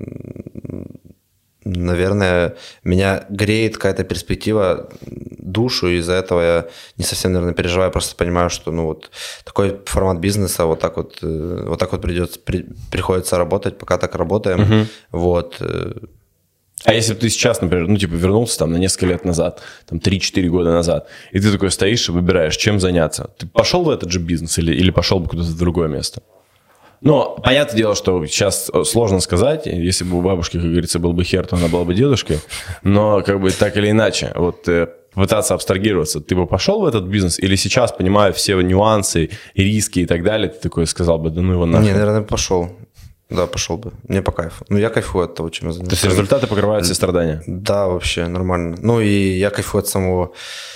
Наверное, меня греет какая-то перспектива душу, и из-за этого я не совсем, наверное, переживаю, просто понимаю, что, ну, вот такой формат бизнеса, вот так вот приходится работать, пока так работаем, вот. А если бы ты сейчас, например, ну, типа, вернулся там на несколько лет назад, там, 3-4 года назад, и ты такой стоишь и выбираешь, чем заняться, ты пошел в этот же бизнес или пошел бы куда-то в другое место? Но понятное дело, что сейчас сложно сказать, если бы у бабушки, как говорится, был бы хер, то она была бы дедушкой, но как бы так или иначе, вот пытаться абстрагироваться, ты бы пошел в этот бизнес или сейчас, понимая все нюансы, и риски и так далее, ты такой сказал бы, да ну его нахуй? Не, наверное, пошел. Да, пошел бы. Мне по кайфу. Ну, я кайфую от того, чем я занимаюсь. То есть результаты покрывают все страдания? Да, вообще нормально. Ну, и я кайфую от самого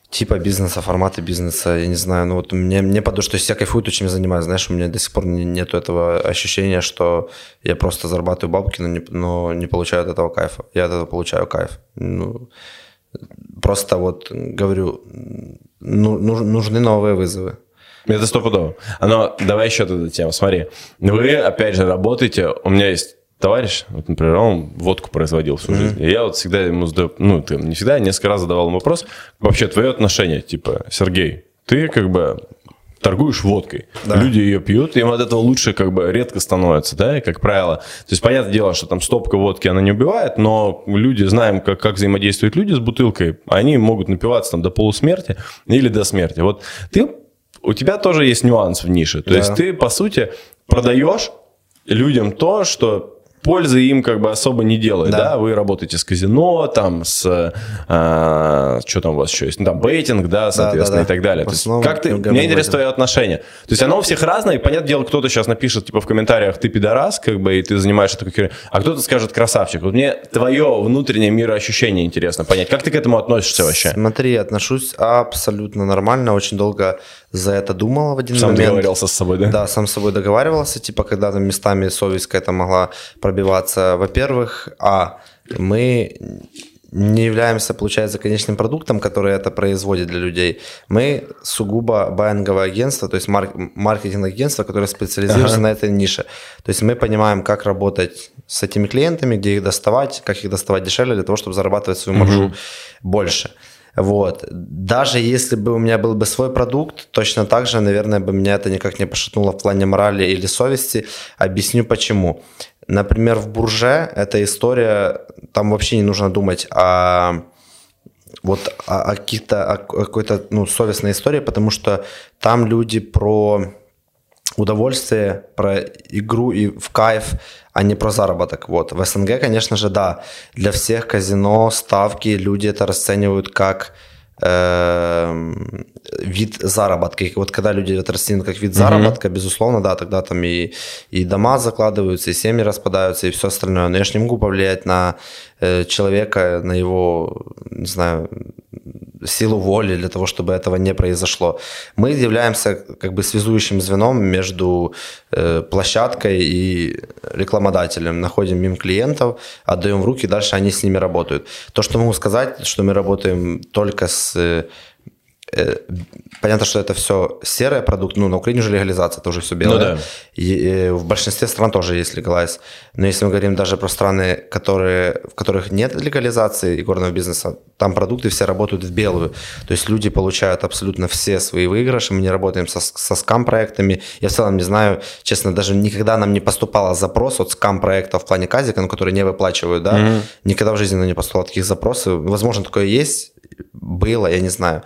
Типа бизнеса, формата бизнеса, я не знаю, ну вот мне по душе, то есть я кайфую то, чем я занимаюсь, знаешь, у меня до сих пор нет этого ощущения, что я просто зарабатываю бабки, но не получаю от этого кайфа. Я от этого получаю кайф. Ну, просто вот говорю, нужны новые вызовы. Это стопудово. Но давай еще эту тему, смотри. Вы, опять же, работаете, у меня есть товарищ, вот, например, он водку производил всю жизнь. И я вот всегда ему задаю, ну, ты не всегда, несколько раз задавал ему вопрос, вообще твое отношение, типа, Сергей, ты как бы торгуешь водкой, да. Люди ее пьют, им от этого лучше как бы редко становится, да, и как правило. То есть, понятное дело, что там стопка водки, она не убивает, но люди, знаем, как взаимодействуют люди с бутылкой, они могут напиваться там до полусмерти или до смерти. Вот у тебя тоже есть нюанс в нише, то есть ты, по сути, продаешь людям то, что пользы им как бы особо не делает, да? Вы работаете с казино, там, что там у вас еще есть, ну, там, бейтинг, да, соответственно, и так далее. То есть, как ты, мне интересно твое отношение. То есть, оно у всех разное, и, понятное дело, кто-то сейчас напишет, типа, в комментариях, ты пидорас, как бы, и ты занимаешься такой херней, а кто-то скажет, красавчик. Вот мне твое внутреннее мироощущение интересно понять. Как ты к этому относишься вообще? Смотри, отношусь абсолютно нормально, очень долго за это думал в один момент. Сам договаривался с собой, да? Да, сам с собой договаривался, типа, когда там местами совесть какая-то могла пробиваться. Во-первых, мы не являемся, получается, конечным продуктом, который это производит для людей. Мы сугубо байинговое агентство, то есть маркетинг-агентство, которое специализируется на этой нише. То есть мы понимаем, как работать с этими клиентами, где их доставать, как их доставать дешевле для того, чтобы зарабатывать свою маржу больше. Вот. Даже если бы у меня был бы свой продукт, точно так же, наверное, бы меня это никак не пошатнуло в плане морали или совести. Объясню почему. Например, в Бурже эта история, там вообще не нужно думать о какой-то совестной истории, потому что там люди про удовольствие, про игру и в кайф, а не про заработок. Вот. В СНГ, конечно же, да, для всех казино, ставки, люди это расценивают как вид заработка. И вот когда люди это расценивают как вид заработка, безусловно, да, тогда там и дома закладываются, и семьи распадаются, и все остальное. Но я же не могу повлиять на человека, на его, не знаю, силу воли для того, чтобы этого не произошло. Мы являемся как бы связующим звеном между площадкой и рекламодателем. Находим им клиентов, отдаем в руки, дальше они с ними работают. То, что могу сказать, что мы работаем только с... Понятно, что это все серый продукт, на Украине уже легализация, это уже все белое. Ну, да. И в большинстве стран тоже есть легалайз. Но если мы говорим даже про страны, в которых нет легализации игорного бизнеса, там продукты все работают в белую. То есть люди получают абсолютно все свои выигрыши. Мы не работаем со скам-проектами. Я в целом не знаю, честно, даже никогда нам не поступал запрос от скам-проекта в плане казика, которые не выплачивают. Да? Никогда в жизни не поступало таких запросов. Возможно, такое есть, было, я не знаю.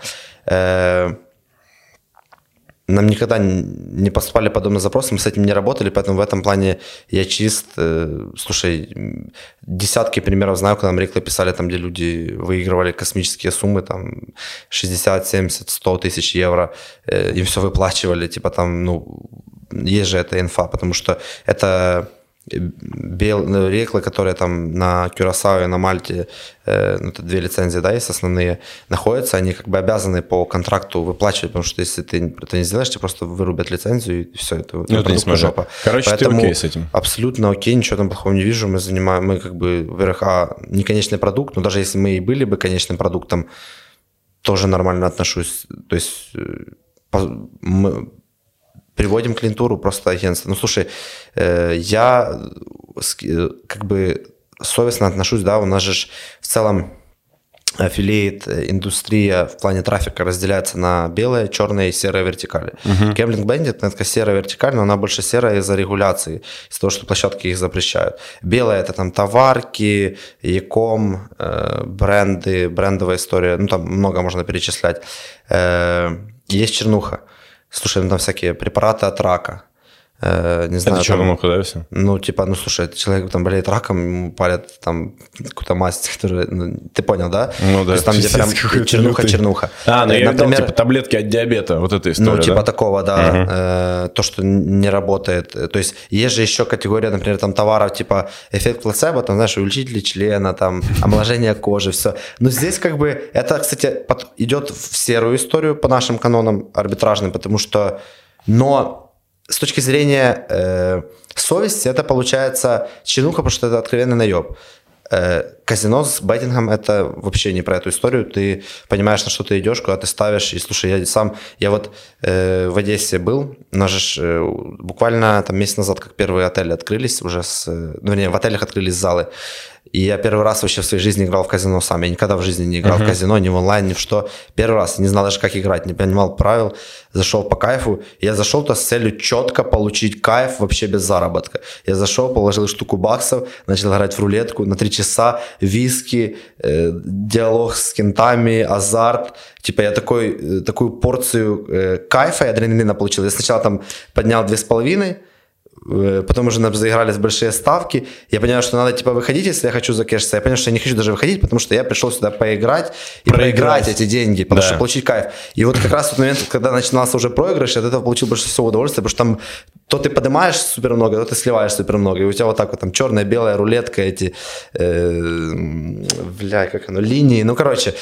Нам никогда не поступали подобные запросы, мы с этим не работали, поэтому в этом плане я чист. Слушай, десятки примеров знаю, когда нам рекламы писали, там, где люди выигрывали космические суммы, там, 60, 70, 100 тысяч евро, им все выплачивали, типа там, есть же эта инфа, потому что это... реклы, которые там на Кюрасао и на Мальте, это 2 лицензии, да, есть основные, находятся, они как бы обязаны по контракту выплачивать, потому что если ты это не сделаешь, тебе просто вырубят лицензию, и все, это не сможешь. Короче, поэтому ты окей с этим? Абсолютно окей, ничего там плохого не вижу, мы как бы, во-первых, не конечный продукт, но даже если мы и были бы конечным продуктом, тоже нормально отношусь, то есть мы приводим клиентуру просто агентство. Слушай, я как бы совестно отношусь, да, у нас же в целом аффилиейт индустрия в плане трафика разделяется на белые, черные и серые вертикали. Gambling Bandit, это такая серая вертикаль, но она больше серая из-за регуляции, из-за того, что площадки их запрещают. Белая – это там товарки, e-com, бренды, брендовая история, там много можно перечислять. Есть чернуха. Слушай, там всякие препараты от рака. не знаю. Это чернуха, да, все? Ну, типа, ну, слушай, человек там болеет раком, ему палят там какую-то мазь, которая, ну, ты понял, да? Ну, да. То есть там, где прям чернуха. Ну, я видел, типа, таблетки от диабета, вот эта история, ну, типа да? такого, да, то, что не работает. То есть есть же еще категория, например, там товаров, типа, эффект плацебо, там, знаешь, увеличители члена, там, омоложение кожи, все. Но здесь как бы, это, кстати, идет в серую историю по нашим канонам арбитражным, потому что, но с точки зрения совести, это получается чернуха, потому что это откровенный наеб. Казино с беттингом – это вообще не про эту историю. Ты понимаешь, на что ты идешь, куда ты ставишь. И слушай, я вот в Одессе был, у нас же буквально там месяц назад, как первые отели открылись, уже вернее, в отелях открылись залы. И я первый раз вообще в своей жизни играл в казино сам. Я никогда в жизни не играл в казино, ни в онлайн, ни в что. Первый раз. Я не знал даже, как играть, не понимал правил. Зашел по кайфу. Я зашел-то с целью четко получить кайф вообще без заработка. Я зашел, положил штуку баксов, начал играть в рулетку на 3 часа. Виски, диалог с кентами, азарт. Типа я такую порцию кайфа и адреналина получил. Я сначала там поднял 2,5, потом уже заигрались большие ставки. Я понял, что надо типа выходить, если я хочу закешиться. Я понял, что я не хочу даже выходить, потому что я пришел сюда поиграть и проиграть эти деньги, потому что получить кайф. И вот как раз в тот момент, когда начинался уже проигрыш, я от этого получил больше всего удовольствия, потому что там то ты поднимаешь супер много, то ты сливаешь супер много. И у тебя вот так вот там черная, белая рулетка, эти линии. Ну, короче,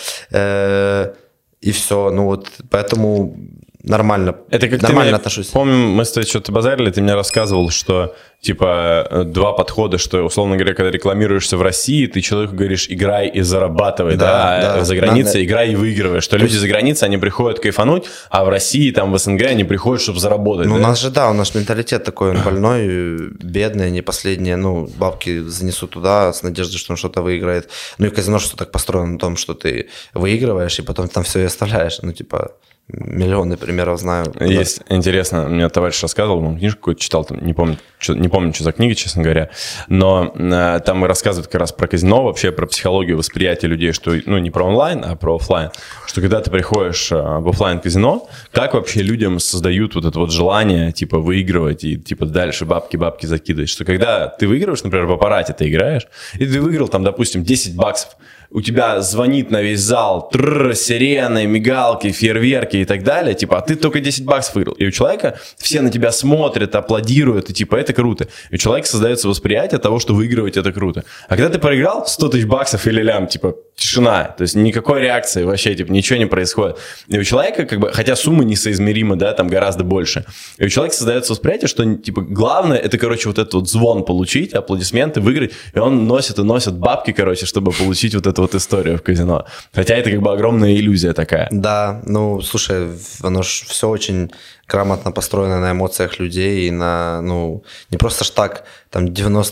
и все. Ну вот, поэтому... Нормально. Это как нормально отношусь. Помню, мы с тобой что-то базарили, ты мне рассказывал, что типа 2 подхода, что, условно говоря, когда рекламируешься в России, ты человеку говоришь, играй и зарабатывай, а за границей играй и выигрывай. Что люди за границей, они приходят кайфануть, а в России, там в СНГ они приходят, чтобы заработать. Ну, у нас же, у нас менталитет такой, он больной, бедный, они последние, бабки занесут туда с надеждой, что он что-то выиграет. Ну и казино, что так построено на том, что ты выигрываешь, и потом там все и оставляешь, миллионы примеров знаю. Есть, интересно, мне товарищ рассказывал, он книжку какую-то читал, там, не помню, что за книга, честно говоря, но там рассказывают как раз про казино, вообще про психологию восприятия людей, что, не про онлайн, а про офлайн, что когда ты приходишь в офлайн-казино, как вообще людям создают вот это вот желание, типа, выигрывать и, типа, дальше бабки закидывать, что когда ты выигрываешь, например, в аппарате ты играешь, и ты выиграл там, допустим, 10 баксов, у тебя звонит на весь зал, сирены, мигалки, фейерверки и так далее, типа, а ты только 10 баксов выиграл. И у человека все на тебя смотрят, аплодируют, и типа, это круто. И у человека создается восприятие того, что выигрывать это круто. А когда ты проиграл 100 тысяч баксов или лям, типа, тишина, то есть никакой реакции вообще, типа, ничего не происходит. И у человека, как бы, хотя сумма несоизмерима, да, там гораздо больше, и у человека создается восприятие, что, типа, главное, это, короче, вот этот вот звон получить, аплодисменты, выиграть, и он носит бабки, короче, чтобы получить вот эту вот историю в казино. Хотя это как бы огромная иллюзия такая. Да, слушай, оно ж все очень грамотно построено на эмоциях людей и на, не просто ж так, там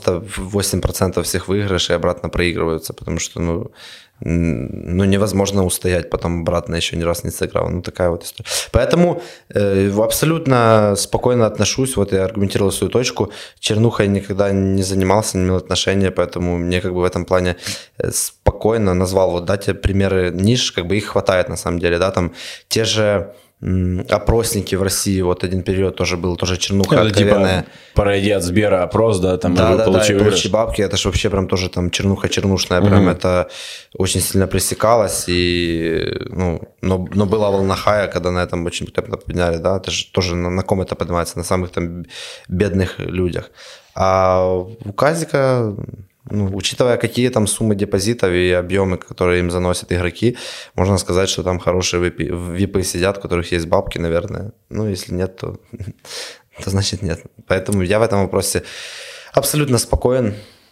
98% всех выигрышей обратно проигрываются, потому что, невозможно устоять, потом обратно еще ни раз не сыграл. Такая вот история. Поэтому абсолютно спокойно отношусь, вот я аргументировал свою точку. Чернухой никогда не занимался, не имел отношения, поэтому мне как бы в этом плане спокойно назвал, вот, те примеры ниш, как бы их хватает на самом деле, там те же опросники в России, вот один период тоже был, тоже чернуха откровенная. Типа пройди от Сбера опрос, там получи бабки, это же вообще прям тоже там чернуха чернушная, прям это очень сильно пресекалось, и, но была волна хая, когда на этом очень подняли, это же тоже на ком это поднимается, на самых там бедных людях. А у Казика... учитывая, какие там суммы депозитов и объемы, которые им заносят игроки, можно сказать, что там хорошие випы сидят, у которых есть бабки, наверное. Если нет, то значит нет. Поэтому я в этом вопросе абсолютно спокоен.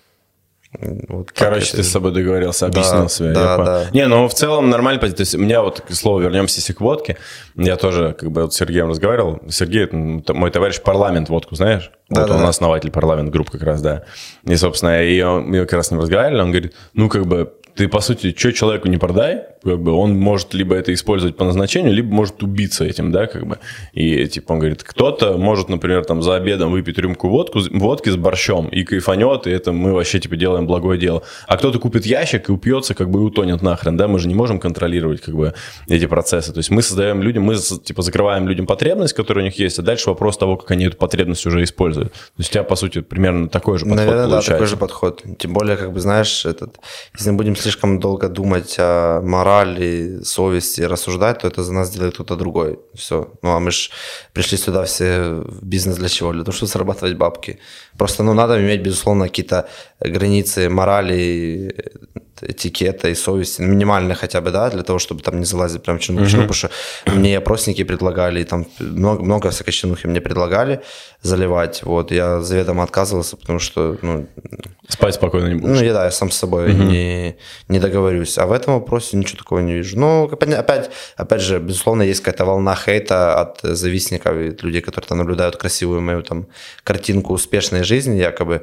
Вот ты с собой договорился, объяснил себя. Да. Не, в целом нормально. То есть у меня вот, к слову, вернемся к водке. Я тоже как бы с Сергеем разговаривал. Сергей, мой товарищ, Парламент водку, знаешь? Вот он основатель Парламент групп как раз, да. И, собственно, мы как раз с ним разговаривали, он говорит, как бы, ты, по сути, что человеку не продай, как бы он может либо это использовать по назначению, либо может убиться этим, да, как бы. И, типа, он говорит, кто-то может, например, там за обедом выпить рюмку водки с борщом и кайфанет, и это мы вообще, типа, делаем благое дело. А кто-то купит ящик и упьется, как бы, и утонет нахрен, да, мы же не можем контролировать, как бы, эти процессы. То есть мы создаем людям, мы, типа, закрываем людям потребность, которая у них есть, а дальше вопрос того, как они эту потребность уже используют. То есть у тебя, по сути, примерно такой же подход. Наверное, получается. Да, такой же подход. Тем более, как бы, знаешь, если мы будем слишком долго думать о морали, совести, рассуждать, то это за нас делает кто-то другой. Все. Ну, а мы же пришли сюда все в бизнес для чего? Для того, чтобы зарабатывать бабки. Просто, надо иметь, безусловно, какие-то границы морали, этикета и совести, минимальные хотя бы, да, для того, чтобы там не залазить прям в чинуху, потому что мне опросники предлагали, там много всякой чинухи мне предлагали заливать, вот, я заведомо отказывался, потому что, спать спокойно не будешь. Я сам с собой не договорюсь, а в этом вопросе ничего такого не вижу. Опять же, безусловно, есть какая-то волна хейта от завистников и от людей, которые там наблюдают красивую мою там картинку успешной жизни, якобы,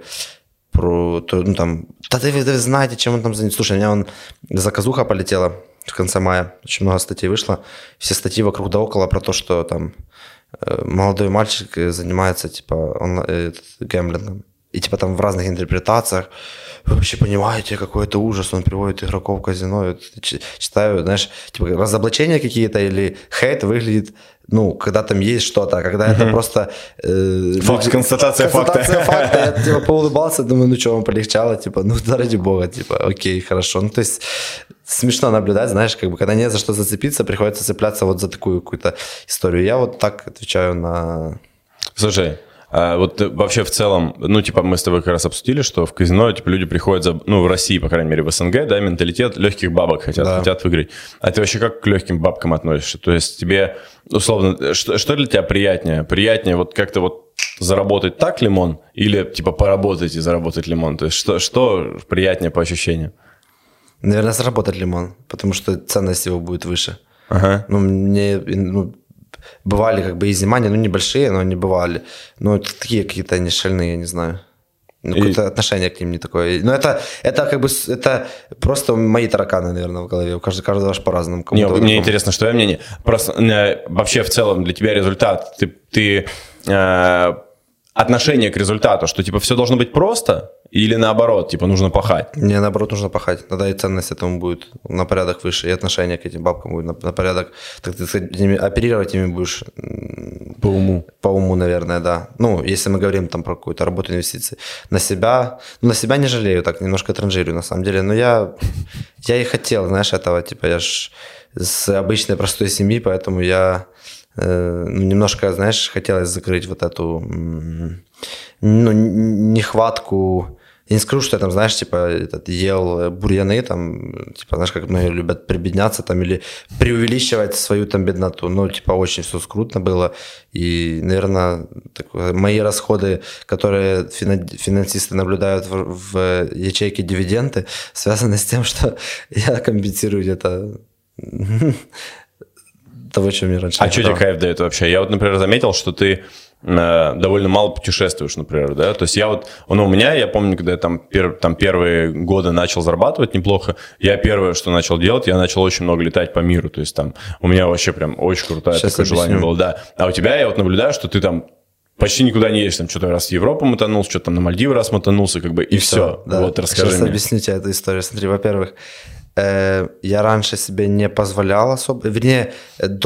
да вы знаете, чем он там занят. Слушай, у меня заказуха полетела в конце мая, очень много статей вышло, все статьи вокруг да около про то, что там молодой мальчик занимается, типа, гэмблингом. И типа там в разных интерпретациях. Вы вообще понимаете, какой это ужас, он приводит игроков в казино. Читаю, знаешь, типа разоблачения какие-то или хейт выглядит, когда там есть что-то, а когда это просто... Констатация факта. Я типа поулыбался, думаю, что вам полегчало, типа, да ради бога, типа, окей, хорошо. То есть смешно наблюдать, знаешь, как бы, когда не за что зацепиться, приходится цепляться вот за такую какую-то историю. Я вот так отвечаю на... Слушай, вот вообще в целом, мы с тобой как раз обсудили, что в казино, люди приходят в России, по крайней мере, в СНГ, да, менталитет легких бабок хотят выиграть. А ты вообще как к легким бабкам относишься? То есть тебе, условно, что для тебя приятнее? Приятнее вот как-то вот заработать так лимон или, типа, поработать и заработать лимон? То есть что приятнее по ощущениям? Наверное, заработать лимон, потому что ценность его будет выше. Ага. Бывали как бы easy money, небольшие, но они бывали. Это такие какие-то они шальные, я не знаю. Какое-то отношение к ним не такое. Это как бы это просто мои тараканы, наверное, в голове. Каждый ваш по-разному. Мне интересно, что я мнение. Просто вообще в целом для тебя результат, ты отношение к результату, что типа все должно быть просто или наоборот, типа нужно пахать? Мне наоборот нужно пахать. Тогда и ценность этому будет на порядок выше, и отношение к этим бабкам будет на порядок. Так ты оперировать ими будешь по уму. По уму, наверное, да. Если мы говорим там про какую-то работу инвестиций. На себя не жалею, так немножко транжирю на самом деле. Но я и хотел, знаешь, этого, типа я ж с обычной простой семьи, поэтому я немножко, знаешь, хотелось закрыть вот эту нехватку. Я не скажу, что я там, знаешь, типа ел бурьяны, там, типа, знаешь, как многие любят прибедняться там или преувеличивать свою там бедноту. Типа, очень все скрутно было. И, наверное, мои расходы, которые финансисты наблюдают в ячейке дивиденды, связаны с тем, что я компенсирую где-то того, чем мне раньше. А что тебе кайф дает вообще? Я вот, например, заметил, что ты довольно мало путешествуешь, например, да, то есть я у меня, я помню, когда я там первые годы начал зарабатывать неплохо, я первое, что начал делать, я начал очень много летать по миру, то есть там у меня вообще прям очень крутое такое желание было, да. А у тебя я вот наблюдаю, что ты там почти никуда не едешь, там что-то раз в Европу мотанулся, что-то там на Мальдивы раз мотанулся, как бы, и все. Да. Вот расскажи Сейчас мне. объясню тебе эту историю. Смотри, во-первых, я раньше себе не позволял особо, вернее,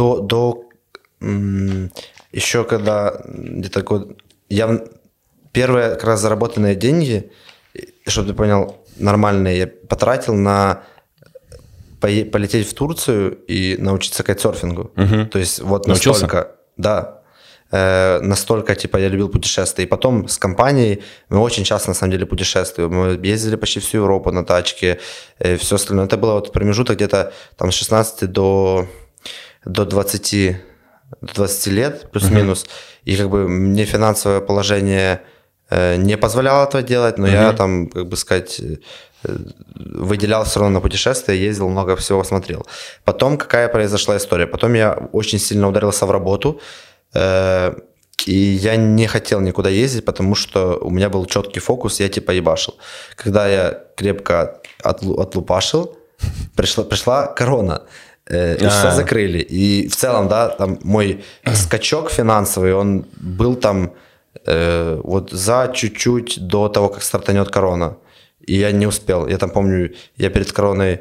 еще когда где-то год... Первые как раз заработанные деньги, чтобы ты понял, нормальные, я потратил на полететь в Турцию и научиться кайтсерфингу. То есть вот научился? Настолько... Да. Настолько, типа, я любил путешествия. И потом с компанией мы очень часто, на самом деле, путешествуем. Мы ездили почти всю Европу на тачке, все остальное. Это было вот промежуток где-то там с 16 до 20 лет, плюс-минус. И как бы мне финансовое положение не позволяло этого делать, но я там, как бы сказать, выделял все равно на путешествия, ездил, много всего смотрел. Потом какая произошла история? Потом я очень сильно ударился в работу, и я не хотел никуда ездить, потому что у меня был четкий фокус, я типа ебашил. Когда я крепко отлупашил, пришла корона, и все закрыли. И в целом, да, там мой скачок финансовый, он был там вот за чуть-чуть до того, как стартанет корона. И я не успел. Я там помню, я перед короной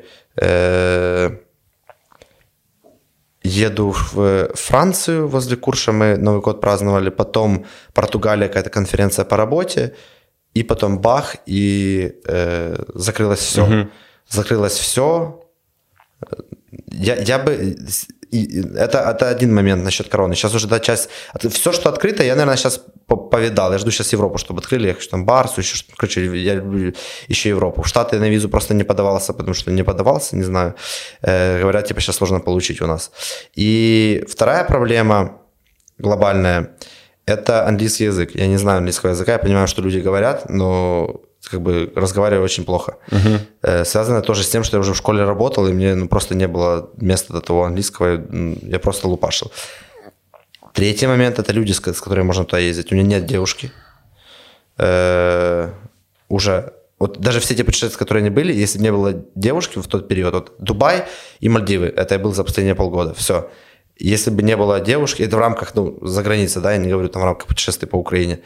еду в Францию, возле Курша мы Новый год праздновали, потом Португалия, какая-то конференция по работе, и потом бах, и закрылось все. Закрылось все. Я бы... Это один момент насчет короны. Сейчас уже, да, часть... Все, что открыто, я, наверное, сейчас повидал. Я жду сейчас Европу, чтобы открыли. Я хочу там Барсу, еще что-то. Короче, я люблю еще Европу. В Штаты я на визу просто не подавался, потому что не подавался, не знаю. Говорят, типа, сейчас сложно получить у нас. И вторая проблема глобальная – это английский язык. Я не знаю английского языка, я понимаю, что люди говорят, но... как бы разговариваю очень плохо. Связано тоже с тем, что я уже в школе работал, и мне просто не было места до того английского, я просто лупашил. Третий момент – это люди, с которыми можно туда ездить. У меня нет девушки. Уже. Вот даже все те путешествия, которые они были, если бы не было девушки в тот период, вот Дубай и Мальдивы, это я был за последние полгода, все. Если бы не было девушки, это в рамках, за границей, да, я не говорю там в рамках путешествий по Украине,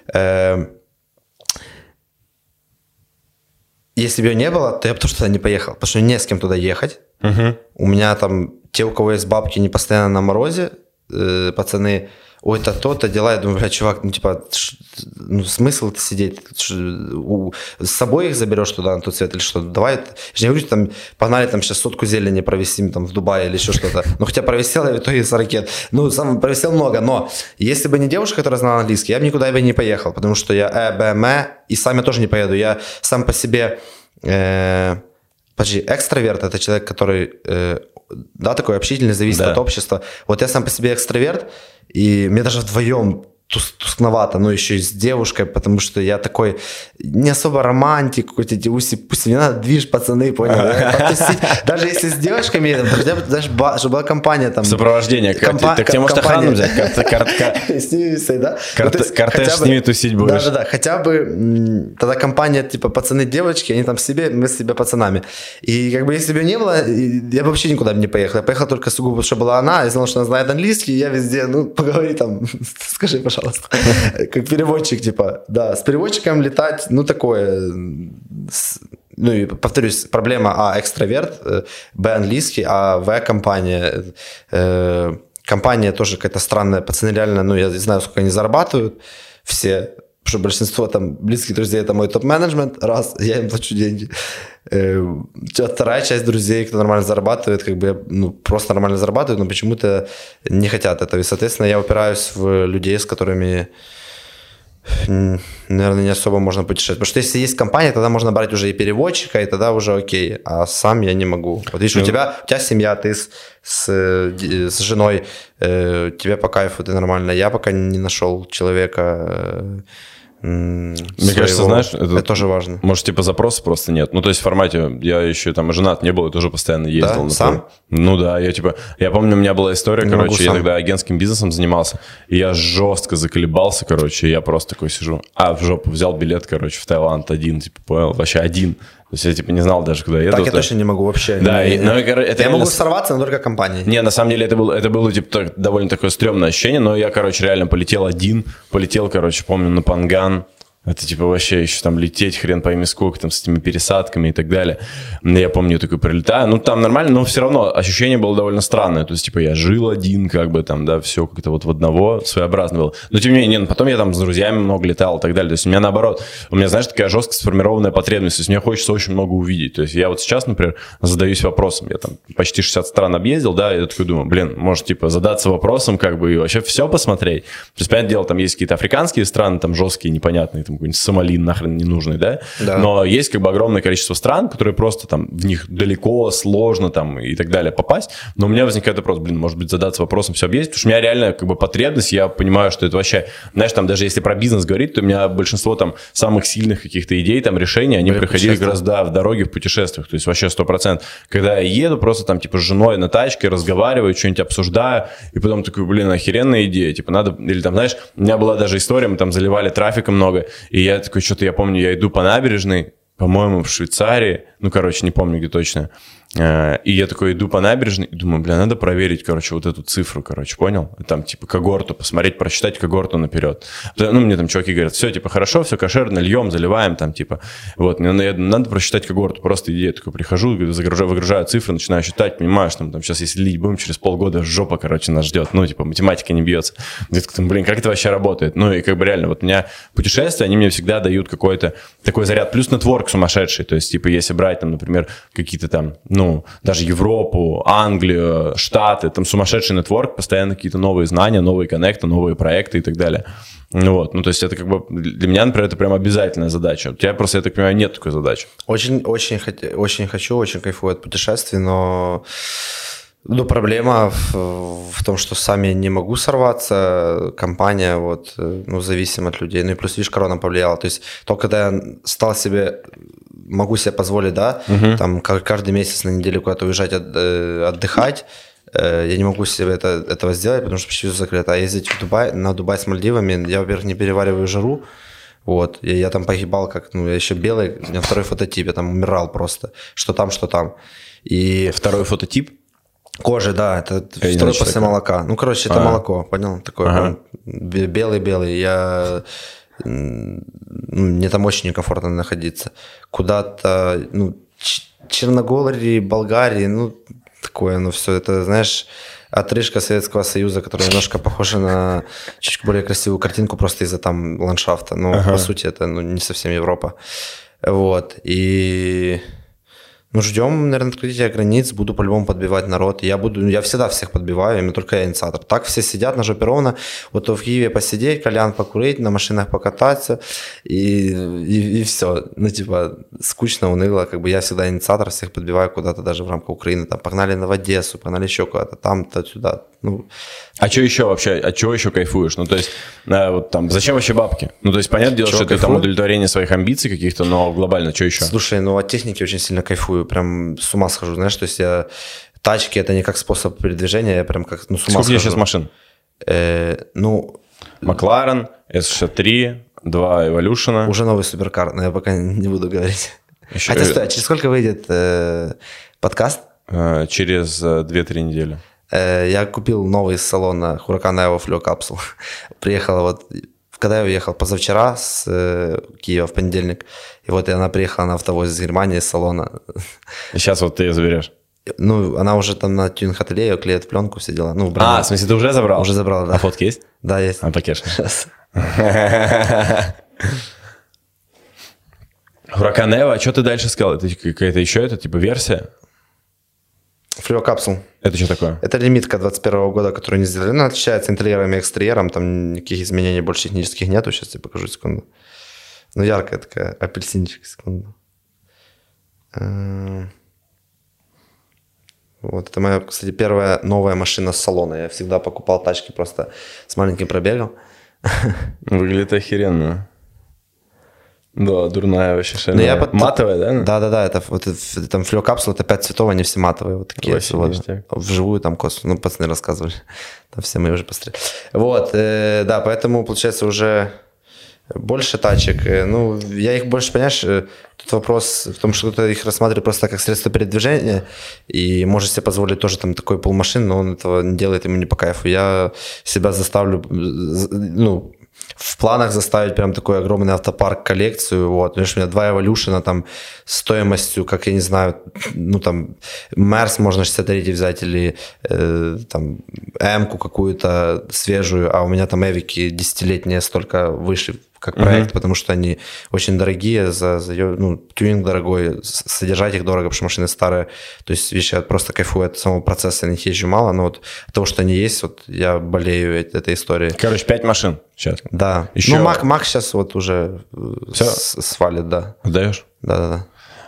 если бы ее не было, то я бы тоже туда не поехал, потому что не с кем туда ехать. У меня там те, у кого есть бабки, не постоянно на морозе, пацаны, ой, это то-то дела. Я думаю, бля, чувак, смысл это сидеть? С собой их заберешь туда на тот свет или что? Давай, я же не говорю, там, погнали там сейчас сотку зелени провести там в Дубае или еще что-то. Ну, хотя провисел я в итоге с ракет. Провисел много, но если бы не девушка, которая знала английский, я бы никуда бы не поехал, потому что я и сам я тоже не поеду. Я сам по себе, экстраверт – это человек, который, да, такой общительный, зависит от общества. Вот я сам по себе экстраверт, и мне даже вдвоем тускновато, но еще и с девушкой, потому что я такой не особо романтик, какой-то пусть мне надо движ, пацаны, понял? Даже если с девушками, даже чтобы была компания там. Сопровождение. Так тебе может охрану взять? Кортеж с ними тусить будешь. Да, хотя бы тогда компания, типа пацаны, девочки, они там себе, мы с себе пацанами. И как бы если бы ее не было, я бы вообще никуда бы не поехал. Я поехал только сугубо, потому что была она, я знал, что она знает английский, и я везде, поговори там, скажи, пожалуйста. Как переводчик, типа, да, с переводчиком летать, такое, и повторюсь, проблема, экстраверт, английский, компания, компания тоже какая-то странная, пацаны реально, я знаю, сколько они зарабатывают, все, потому что большинство там близких друзей, это мой топ-менеджмент, раз, я им плачу деньги. Вторая часть друзей, кто нормально зарабатывает, как бы, просто нормально зарабатывают, но почему-то не хотят этого. И, соответственно, я упираюсь в людей, с которыми, наверное, не особо можно путешествовать. Потому что если есть компания, тогда можно брать уже и переводчика, и тогда уже окей. А сам я не могу. Вот видишь, у тебя семья, ты с женой, тебе по кайфу, ты нормально. Я пока не нашел человека... Мне кажется, знаешь, это тоже важно. Может, типа запроса просто нет. То есть в формате, я еще там женат не был, я тоже постоянно ездил. Да? Сам? Я помню, у меня была история, я тогда агентским бизнесом занимался, и я жестко заколебался, и я просто такой сижу, в жопу взял билет, в Таиланд один, понял, вообще один. То есть я не знал даже, когда еду. Так я точно не могу вообще. Да, я могу сорваться, но только компанией. Не, на самом деле это было довольно такое стрёмное ощущение, но я, реально полетел один, помню, на Панган. Это вообще еще там лететь хрен пойми сколько, там с этими пересадками и так далее. Я помню, такой прилетаю, там нормально, но все равно ощущение было довольно странное. То есть, я жил один, все как-то вот в одного своеобразно было. Но тем не менее, потом я там с друзьями много летал и так далее. То есть, у меня наоборот, знаешь, такая жестко сформированная потребность. То есть, мне хочется очень много увидеть. То есть, я вот сейчас, например, задаюсь вопросом. Я там почти 60 стран объездил, да, и я такой думаю, может, задаться вопросом, и вообще все посмотреть. То есть, понятное дело, там есть какие-то африканские страны, там жесткие, непонятные, какой-нибудь Сомали нахрен не нужный, да? Но есть огромное количество стран, которые просто там в них далеко, сложно там и так далее попасть, но у меня возникает вопрос, может быть, задаться вопросом, все объездить, потому что у меня реально потребность, я понимаю, что это вообще, знаешь, там даже если про бизнес говорить, то у меня большинство там самых сильных каких-то идей, там решений, они приходили как раз, в дороге, в путешествиях, то есть вообще 100%. Когда я еду, просто там с женой на тачке, разговариваю, что-нибудь обсуждаю, и потом такой, охеренная идея, надо, или там, знаешь, у меня была даже история, мы там заливали трафика много, и я такой, я помню, я иду по набережной, по-моему, в Швейцарии, не помню, где точно. И я такой иду по набережной и думаю, надо проверить, короче, вот эту цифру, короче, понял? Там, типа, когорту посмотреть, прочитать когорту наперед. Ну, мне там чуваки говорят, все, типа, хорошо, все кошерно, льем, заливаем, там, типа, вот. Мне надо прочитать когорту. Просто я такой прихожу, выгружаю цифры, начинаю считать, понимаю, что там сейчас, если лить будем, через полгода жопа, короче, нас ждет. Ну, типа, математика не бьется. Блин, как это вообще работает? Ну, и как бы реально, вот у меня путешествия, они мне всегда дают какой-то такой заряд. Плюс нетворк сумасшедший. То есть, типа, если брать, там, например, какие-то там, ну, даже Европу, Англию, Штаты, там сумасшедший нетворк, постоянно какие-то новые знания, новые коннекты, новые проекты и так далее. Вот, ну, то есть это как бы для меня, например, это прям обязательная задача. У тебя просто, я так понимаю, нет такой задачи. Очень хочу, очень кайфую от путешествий, но проблема в том, что сами не могу сорваться, компания, вот, ну, зависима от людей. Ну и плюс, видишь, корона повлияла. То есть только когда я стал могу себе позволить, да, там каждый месяц на неделю куда-то уезжать отдыхать, я не могу себе этого сделать, потому что почти все закрыто. А ездить на Дубай с Мальдивами, я, во-первых, не перевариваю жару, вот, и я там погибал, как, ну, я еще белый, у меня второй фототип, я там умирал просто, что там. И второй фототип? Кожи, да, это второй после молока. Ну, короче, это молоко, понял? Такой белый-белый. Мне там очень некомфортно находиться. Куда-то, ну, Черногории, Болгарии, ну, такое, ну, все это, знаешь, отрыжка Советского Союза, которая немножко похожа на чуть более красивую картинку просто из-за там ландшафта. Но, по сути, это, ну, не совсем Европа. Вот, и... Ну, ждем, наверное, открытия границ, буду по-любому подбивать народ. Я всегда всех подбиваю, именно только я инициатор. Так все сидят на жопе ровно, вот в Киеве посидеть, кальян покурить, на машинах покататься, и все. Ну, типа, скучно, уныло, как бы я всегда инициатор, всех подбиваю куда-то даже в рамках Украины. Там погнали в Одессу, погнали еще куда-то, там-то, сюда. Ну. А что еще вообще, от чего еще кайфуешь? Ну, то есть, вот там, зачем вообще бабки? Ну, то есть, понятное дело, что это там удовлетворение своих амбиций каких-то, но глобально что еще? Слушай, ну, от техники очень сильно кайфую, прям с ума схожу, знаешь, то есть тачки это не как способ передвижения, я прям как, ну, с ума схожу. Сколько у тебя сейчас машин? Макларен, S63, 2 Evolution. Уже новый суперкар, но я пока не буду говорить. Хотя, стой, через сколько выйдет подкаст? Через 2-3 недели. Я купил новый из салона Huracan Evo Fleo Capsule. Приехала вот, когда я уехал позавчера с Киева в понедельник, и вот она приехала на автовозе из Германии, из салона. И сейчас вот ты ее заберешь? Ну, она уже там на тюнинг-ателье, ее клеят в пленку, все дела. Ну, в смысле, ты уже забрал? Уже забрал, да. А фотки есть? Да, есть. А покеш. Huracan Evo, а что ты дальше сказал? Это какая-то еще, это типа версия? Fleo Capsule. Это что такое? Это лимитка 2021 года, которую не сделали. Она отличается интерьером и экстерьером, там никаких изменений больше технических нету. Сейчас я покажу, секунду. Ну, яркая такая, апельсинчик, секунду. Вот, это моя, кстати, первая новая машина с салона. Я всегда покупал тачки просто с маленьким пробегом. Выглядит охеренно. Да, дурная вообще шальная. Матовая, да? Да, это вот там Fleo Capsule, это 5 цветов, они все матовые, вот такие. Вот, вживую там ну, пацаны рассказывали, там все мы уже посмотрели. Вот, да, поэтому, получается, уже больше тачек. Ну, я их больше, понимаешь, тут вопрос в том, что кто-то их рассматривает просто как средство передвижения и может себе позволить тоже там такой полмашины, но он этого не делает, ему не по кайфу. Я себя заставлю, ну, в планах заставить прям такой огромный автопарк, коллекцию, вот, потому что у меня 2 Evolution там стоимостью, как я не знаю, ну там Мерс можно 63 взять или там М-ку какую-то свежую, а у меня там Эвики 10-летние столько выше как проект, потому что они очень дорогие, ну, тюнинг дорогой, содержать их дорого, потому что машины старые. То есть, видишь, я просто кайфую от самого процесса, на них езжу мало, но вот от того, что они есть, вот я болею этой историей. Короче, 5 машин сейчас. Да. Еще... Ну, Мак сейчас вот уже свалит, да. Отдаешь? Да.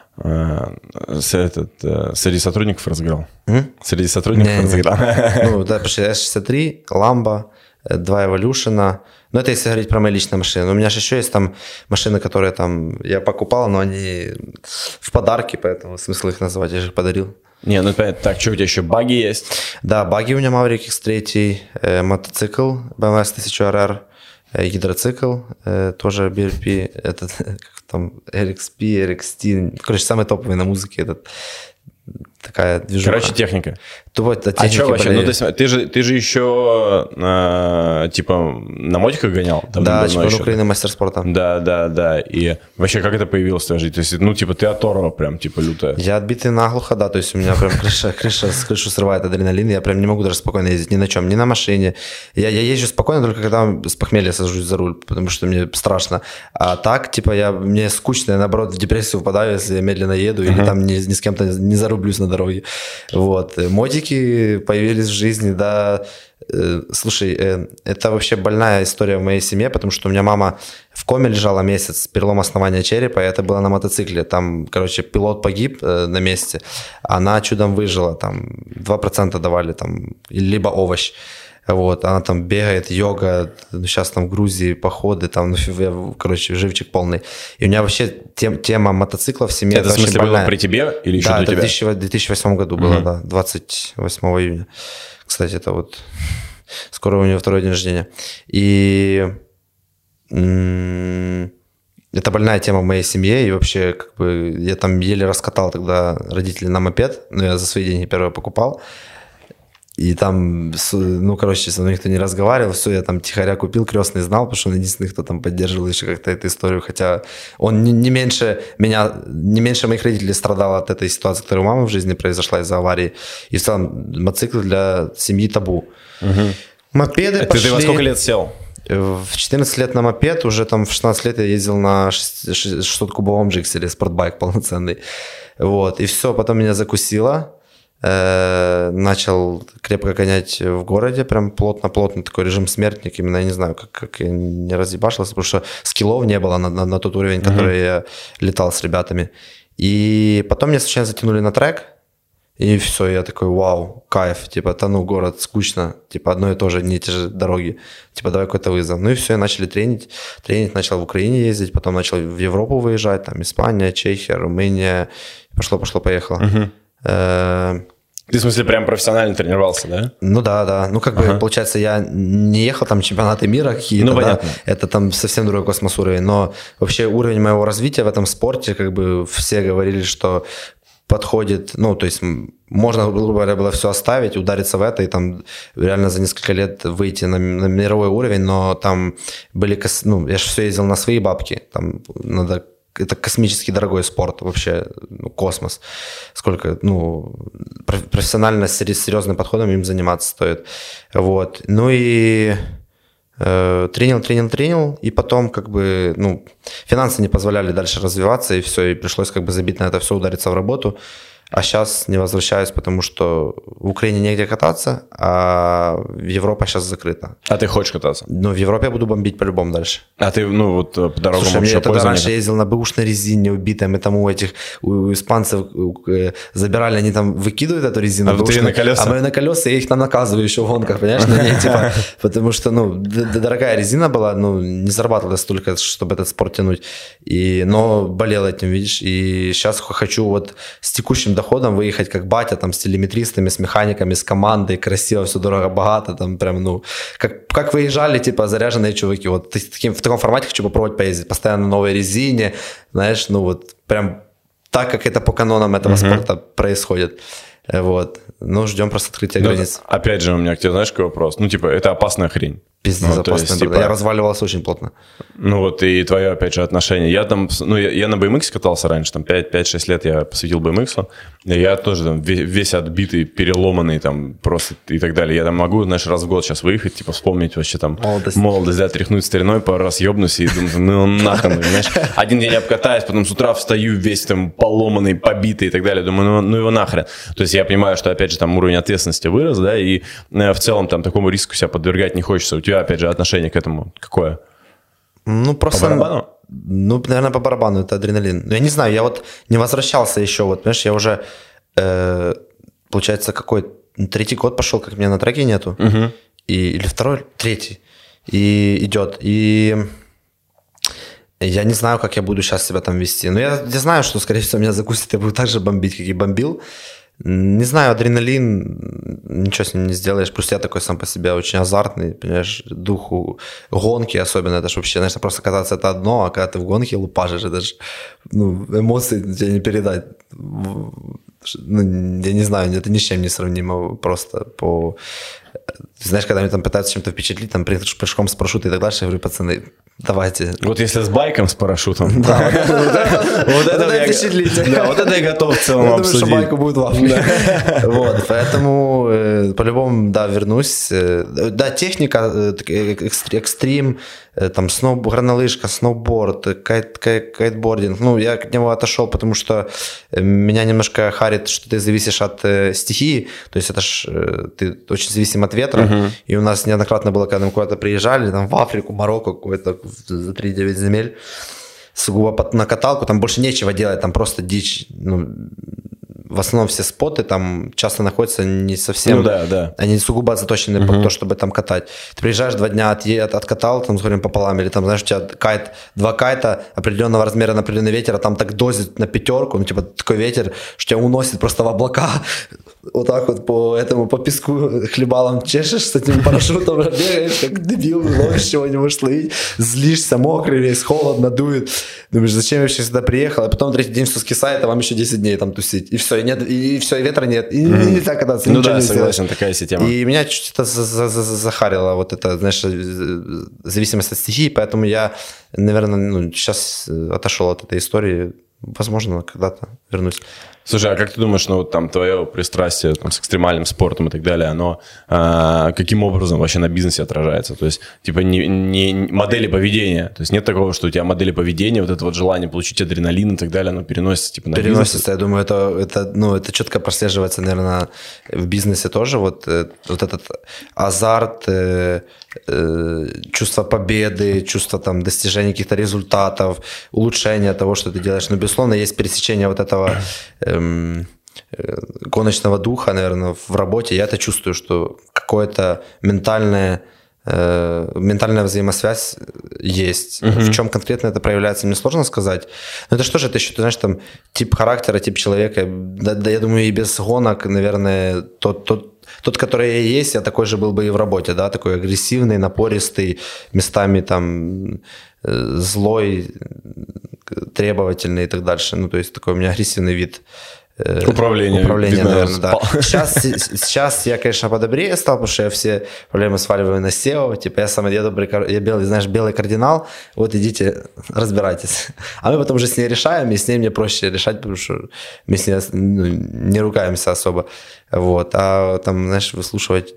Среди сотрудников разыграл? Среди сотрудников разыграл? Ну, да, потому что S63, Lambo, 2 Evolution. Ну, это если говорить про мои личные машины. Но у меня же еще есть там машины, которые там я покупал, но они в подарки, поэтому смысл их называть, я же их подарил. Не, ну понятно. Так, что у тебя еще, баги есть? Да, баги у меня Maverick X3, мотоцикл BMW S1000 RR, гидроцикл, тоже BRP, этот, как там, RXP, RXT, короче, самый топовый на музыке этот. такая движуха. Короче, техника. А что вообще? Ну, ты же еще, типа, на мотиках гонял? Да, чемпион Украины, мастер спорта. Да. И вообще, как это появилось в твоей жизни? То есть, ну, типа, ты оторва прям, типа, лютая. Я отбитый наглухо, да, то есть у меня прям крышу срывает адреналин, я прям не могу даже спокойно ездить ни на чем, ни на машине. Я езжу спокойно только когда с похмелья сажусь за руль, потому что мне страшно. А так, типа, мне скучно, я наоборот в депрессию впадаю, если я медленно еду или там ни с кем-то не зарублюсь на дороге. Вот. Мотики появились в жизни, да. Слушай, это вообще больная история в моей семье, потому что у меня мама в коме лежала месяц с переломом основания черепа, и это было на мотоцикле. Там, короче, пилот погиб на месте, она чудом выжила, там 2% давали, там, либо овощ. Вот, она там бегает, йога, сейчас там в Грузии походы, там, ну, короче, живчик полный. И у меня вообще тема мотоциклов в семье. Это в смысле было при тебе или еще до тебя? Да, в 2008 году было, да, 28 июня. Кстати, это вот скоро у него второй день рождения. И это больная тема в моей семье, и вообще, как бы, я там еле раскатал тогда родителей на мопед, но я за свои деньги первый покупал. И там, ну, короче, со мной никто не разговаривал, все, я там тихоря купил, крестный знал, потому что он единственный, кто там поддерживал еще как-то эту историю, хотя он не меньше моих родителей страдал от этой ситуации, которая у мамы в жизни произошла из-за аварии. И в целом мотоцикл для семьи табу. Мопеды пошли. Ты во сколько лет сел? В 14 лет на мопед, уже там в 16 лет я ездил на 600-кубовом джикселе, спортбайк полноценный. Вот, и все, потом меня закусило. Начал крепко гонять в городе, прям плотно-плотно, такой режим смертник, именно я не знаю, как я не разъебашился, потому что скиллов не было на тот уровень, который я летал с ребятами. И потом меня случайно затянули на трек, и все, я такой, вау, кайф, типа, город, скучно, типа, одно и то же, не те же дороги, типа, давай какой-то вызов. Ну и все, начали тренить, начал в Украине ездить, потом начал в Европу выезжать, там, Испания, Чехия, Румыния, пошло-поехало. Ты, в смысле, прям профессионально тренировался, да? Ну да. Ну, как бы, получается, я не ехал там чемпионаты мира какие-то, ну, понятно. Да? Это там совсем другой космос уровень. Но вообще уровень моего развития в этом спорте, как бы, все говорили, что подходит, ну, то есть можно, грубо говоря, было все оставить, удариться в это и там реально за несколько лет выйти на мировой уровень, но там были, ну, я же все ездил на свои бабки, там надо... Это космически дорогой спорт, вообще, ну, космос. Сколько, ну, профессионально, с серьезным подходом им заниматься стоит. Вот. Ну и тренил, и потом, как бы, ну, финансы не позволяли дальше развиваться, и все, и пришлось как бы забить на это все, удариться в работу. А сейчас не возвращаюсь, потому что в Украине негде кататься, а Европа сейчас закрыта. А ты хочешь кататься? Ну, в Европе я буду бомбить по-любому дальше. А ты, ну, вот по дорогам Слушай, вообще я тогда раньше нет? ездил на бэушной резине убитом, и там у испанцев забирали, они там выкидывают эту резину. А ты на колеса? А мы на колеса, я их там наказываю еще в гонках, понимаешь? Типа, потому что, ну, дорогая резина была, ну, не зарабатывала столько, чтобы этот спорт тянуть. Но болел этим, видишь, и сейчас хочу вот с текущим доходом выехать как батя, там, с телеметристами, с механиками, с командой, красиво, все дорого-богато, там, прям, ну, как выезжали, типа, заряженные чуваки, вот в таком формате хочу попробовать поездить, постоянно на новой резине, знаешь, ну, вот, прям так, как это по канонам этого спорта происходит, вот, ну, ждем просто открытия границ. Опять же, у меня к тебе, знаешь, какой вопрос, ну, типа, это опасная хрень. Пиздец, опасно. Типа... Я разваливался очень плотно. Ну вот и твое, опять же, отношение. Я там, ну я на BMX катался раньше, там 5-6 лет я посвятил BMX, и я тоже там весь отбитый, переломанный там просто и так далее. Я там могу, знаешь, раз в год сейчас выехать, типа вспомнить вообще там молодость, да, тряхнуть стариной, пару раз ёбнусь и думаю, ну нахрен, знаешь. Один день обкатаюсь, потом с утра встаю весь там поломанный, побитый и так далее. Думаю, ну его нахрен. То есть я понимаю, что, опять же, там уровень ответственности вырос, да, и в целом там такому риску себя подвергать не хочется. У тебя, опять же, отношение к этому какое? Ну, просто... По барабану? Ну, наверное, по барабану, это адреналин. Но я не знаю, я вот не возвращался еще, вот, понимаешь, я уже, получается, третий год пошел, как меня на треке нету, или третий, и идет, и я не знаю, как я буду сейчас себя там вести. Но я знаю, что, скорее всего, меня закусит, я буду так же бомбить, как и бомбил. Не знаю, адреналин, ничего с ним не сделаешь. Просто я такой сам по себе очень азартный, понимаешь, духу гонки особенно. Это же вообще, знаешь, просто кататься это одно, а когда ты в гонке лупашешь, это же, ну, эмоции тебе не передать. Ну, я не знаю, это ни с чем не сравнимо просто по... Знаешь, когда меня там пытаются чем-то впечатлить, там, прыжком с парашюта и так дальше, я говорю, пацаны, давайте. Вот если с байком, с парашютом. Да, вот это впечатлите. Да, вот это я готов в целом обсудить. Я думаю, что байку будет в Африке. Вот, поэтому, по-любому, да, вернусь. Да, техника, экстрим, там, горнолыжка, сноуборд, кайтбординг. Ну, я от него отошел, потому что меня немножко харит, что ты зависишь от стихии, то есть это ж ты очень зависим от ветра, и у нас неоднократно было, когда мы куда-то приезжали, там, в Африку, Марокко, какой-то за 3-9 земель, сугубо на каталку, там больше нечего делать, там просто дичь, ну, в основном все споты там часто находятся не совсем... Ну да. Они сугубо заточены под то, чтобы там катать. Ты приезжаешь 2 дня, откатал, там, с горем пополам, или там, знаешь, у тебя два кайта определенного размера на определенный ветер, а там так дозит на 5, ну, типа, такой ветер, что тебя уносит просто в облака. Вот так вот по песку хлебалом чешешь с этим парашютом, бегаешь, как дебил, ловишь чего не можешь ловить, злишься, мокрый весь, холодно, дует. Думаешь, зачем я вообще сюда приехал? А потом 3-й день все скисает, а вам еще 10 дней там тусить. И все, и все, и ветра нет, и нельзя кататься. Ну да, согласен, такая система. И меня чуть-чуть захарило вот это, знаешь, зависимость от стихии, поэтому я, наверное, сейчас отошел от этой истории. Возможно, когда-то вернусь. Слушай, а как ты думаешь, ну, вот там твое пристрастие там, с экстремальным спортом и так далее, оно каким образом вообще на бизнесе отражается? То есть, типа, не модели поведения. То есть, нет такого, что у тебя модели поведения, вот это вот желание получить адреналин и так далее, оно переносится, типа, на бизнес? Переносится, я думаю, это четко прослеживается, наверное, в бизнесе тоже. Вот этот азарт, чувство победы, чувство там достижения каких-то результатов, улучшения того, что ты делаешь. Но, безусловно, есть пересечение вот этого гоночного духа, наверное, в работе. Я это чувствую, что какое-то ментальная взаимосвязь есть. В чем конкретно это проявляется, мне сложно сказать. Но это что же, это еще, ты знаешь, там, тип характера, тип человека. Да, я думаю, и без гонок, наверное, тот, который я есть, я такой же был бы и в работе, да, такой агрессивный, напористый, местами там злой, требовательный и так дальше. Ну, то есть такой у меня агрессивный вид управления, наверное, да. Сейчас я, конечно, подобрее стал, потому что я все проблемы сваливаю на SEO. Типа я самый добрый, я белый, знаешь, белый кардинал, вот идите, разбирайтесь. А мы потом уже с ней решаем, и с ней мне проще решать, потому что мы с ней не ругаемся особо. Вот. А там, знаешь, выслушивать...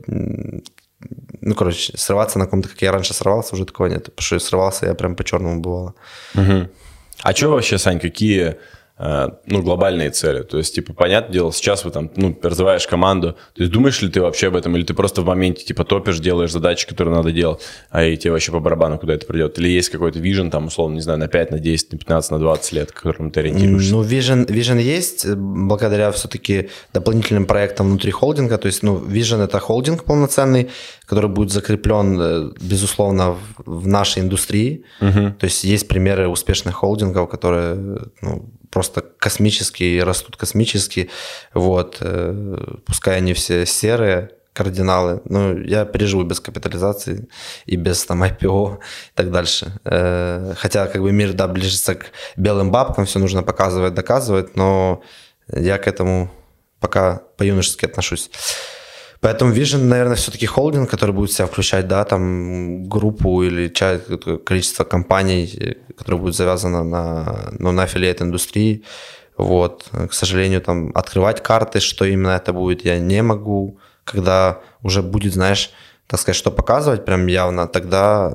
Ну, короче, срываться на ком-то, как я раньше срывался, уже такого нет. Потому что срывался я прям по-черному бывало. Угу. А что вообще, Сань, какие... глобальные цели. То есть, типа, понятное дело, сейчас вы там, развиваешь команду. То есть, думаешь ли ты вообще об этом, или ты просто в моменте, типа, топишь, делаешь задачи, которые надо делать, и тебе вообще по барабану, куда это придет? Или есть какой-то вижен, там, условно, не знаю, на 5, на 10, на 15, на 20 лет, к которому ты ориентируешься? Ну, вижен есть, благодаря все-таки дополнительным проектам внутри холдинга. То есть, вижен – это холдинг полноценный, который будет закреплен, безусловно, в нашей индустрии. То есть, есть примеры успешных холдингов, которые, просто космические, растут космически, вот, пускай они все серые, кардиналы, но я переживу без капитализации и без там IPO и так дальше. Хотя как бы мир, да, ближется к белым бабкам, все нужно показывать, доказывать, но я к этому пока по-юношески отношусь. Поэтому Vision, наверное, все-таки холдинг, который будет в себя включать, да, там группу или количество компаний, которые будут завязаны на аффилиат индустрии. Вот. К сожалению, там открывать карты, что именно это будет, я не могу. Когда уже будет, знаешь, так сказать, что показывать прям явно, тогда...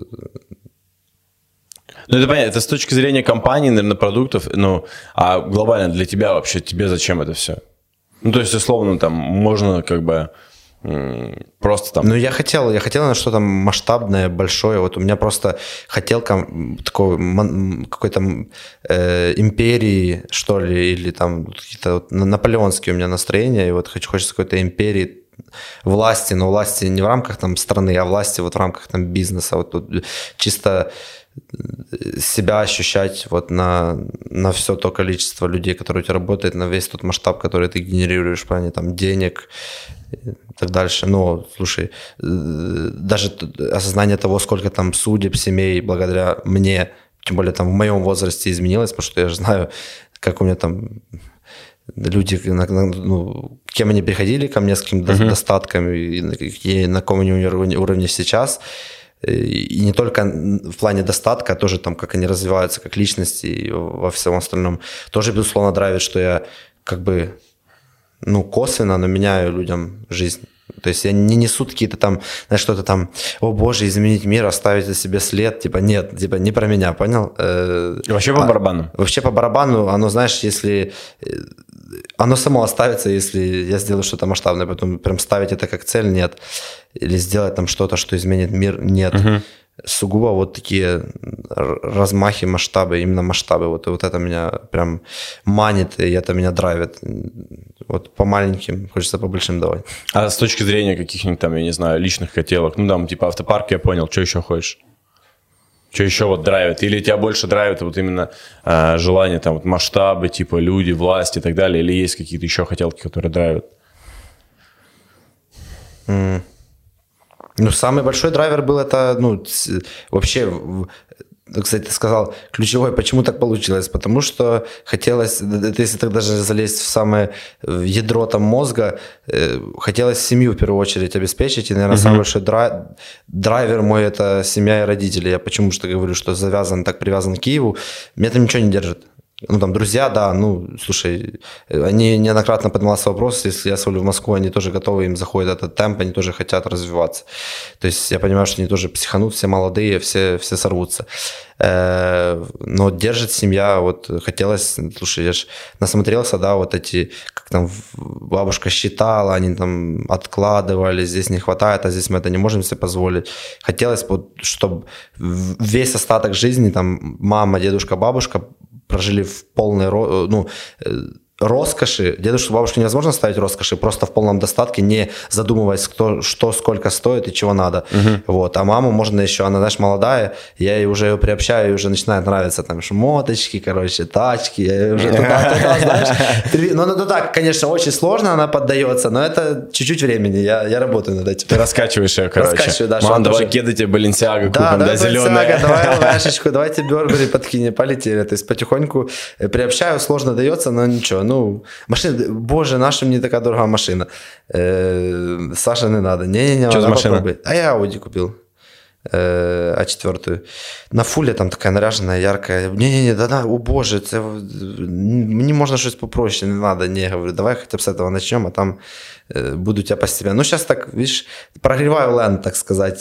Ну, это понятно, это с точки зрения компании, наверное, продуктов, а глобально для тебя вообще, тебе зачем это все? Ну, то есть, условно, там, можно как бы просто там... Ну, я хотел на что-то масштабное, большое. Вот у меня просто хотелка такой какой-то империи, что ли, или там какие-то вот наполеонские у меня настроения, и вот хочется какой-то империи, власти, но власти не в рамках там страны, а власти вот в рамках там бизнеса. Вот чисто себя ощущать вот на все то количество людей, которые у тебя работают, на весь тот масштаб, который ты генерируешь в плане там денег и так дальше. Но, слушай, даже осознание того, сколько там судеб, семей благодаря мне, тем более там в моем возрасте изменилось, потому что я же знаю, как у меня там люди, ну, кем они приходили ко мне, с какими достатками, и на каком уровне сейчас. И не только в плане достатка, а тоже там, как они развиваются как личности и во всем остальном. Тоже, безусловно, драйвит, что я как бы, ну, косвенно, но меняю людям жизнь. То есть я не несу какие-то там, знаешь, что-то там, о боже, изменить мир, оставить за себе след, типа нет, типа не про меня, понял? Вообще по барабану? Вообще по барабану, оно, знаешь, если... Оно само оставится, если я сделаю что-то масштабное, поэтому прям ставить это как цель нет. Или сделать там что-то, что изменит мир, нет. Сугубо вот такие размахи, масштабы, именно масштабы. Вот это меня прям манит, и это меня драйвит. Вот по маленьким, хочется по большим давать. А с точки зрения каких-нибудь там, я не знаю, личных хотелок, ну там типа автопарк, я понял, что еще хочешь? Что еще вот драйвит? Или тебя больше драйвит вот именно желание, там, вот масштабы, типа люди, власть и так далее? Или есть какие-то еще хотелки, которые драйвят? Ну, самый большой драйвер был это, ну, вообще, кстати, ты сказал, ключевой, почему так получилось? Потому что хотелось, если так даже залезть в самое ядро там мозга, хотелось семью в первую очередь обеспечить, и, наверное, самый большой драйвер мой – это семья и родители. Я почему что говорю, что так привязан к Киеву, меня там ничего не держит. Ну, там, друзья, да, ну, слушай, они неоднократно поднимался вопрос, если я свалю в Москву, они тоже готовы, им заходит этот темп, они тоже хотят развиваться. То есть я понимаю, что они тоже психанут, все молодые, все сорвутся. Но держит семья, вот хотелось, слушай, я ж насмотрелся, да, вот эти, как там бабушка считала, они там откладывали, здесь не хватает, а здесь мы это не можем себе позволить. Хотелось, вот, чтобы весь остаток жизни, там, мама, дедушка, бабушка прожили в полной, ну, роскоши. Дедушку, бабушку невозможно ставить роскоши, просто в полном достатке, не задумываясь, кто, что, сколько стоит и чего надо. Вот. А маму можно еще, она, знаешь, молодая, я ей уже ее приобщаю, и уже начинает нравиться там шмоточки, короче, тачки, я ее уже туда, знаешь. Ну, так, конечно, очень сложно она поддается, но это чуть-чуть времени, я работаю над этим. Ты раскачиваешь ее, короче. Раскачиваю, да. Мам, давай кеды тебе Баленсиага купим, да, зеленая. Давай лавашечку, давайте Бёрбери подкинем, полетели. То есть потихоньку приобщаю, сложно дается, но ничего. Ну, машина, боже, наша мне такая дорогая машина. Саша не надо. Не-не-не, что за машина? Попробуй. А я Audi купил. А4. На фуле там такая наряженная, яркая. Не-не-не, да-да, о боже, мне можно что-то попроще, не надо. Не, говорю, давай хотя бы с этого начнем, а там буду тебя постепенно. Ну, сейчас так, видишь, прогреваю ленд, так сказать.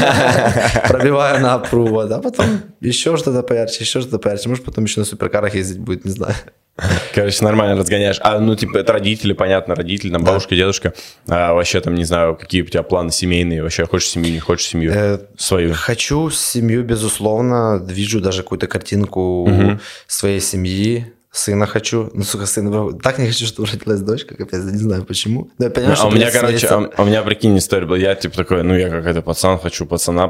Пробиваю на провод, а потом еще что-то поярче. Может, потом еще на суперкарах ездить будет, не знаю. Короче, нормально разгоняешь. А, ну, типа, это родители, понятно, родители, там, бабушка, дедушка. А вообще, там, не знаю, какие у тебя планы семейные? Вообще, хочешь семью, не хочешь семью свою? Хочу семью, безусловно. Вижу даже какую-то картинку своей семьи. Сына хочу. Ну, сука, сына. Так не хочу, чтобы родилась дочка, капец, не знаю почему. Но я понимаю, что у меня, короче, у меня, прикинь, история была. Я, типа, такой, ну, я какой-то пацан, хочу пацана.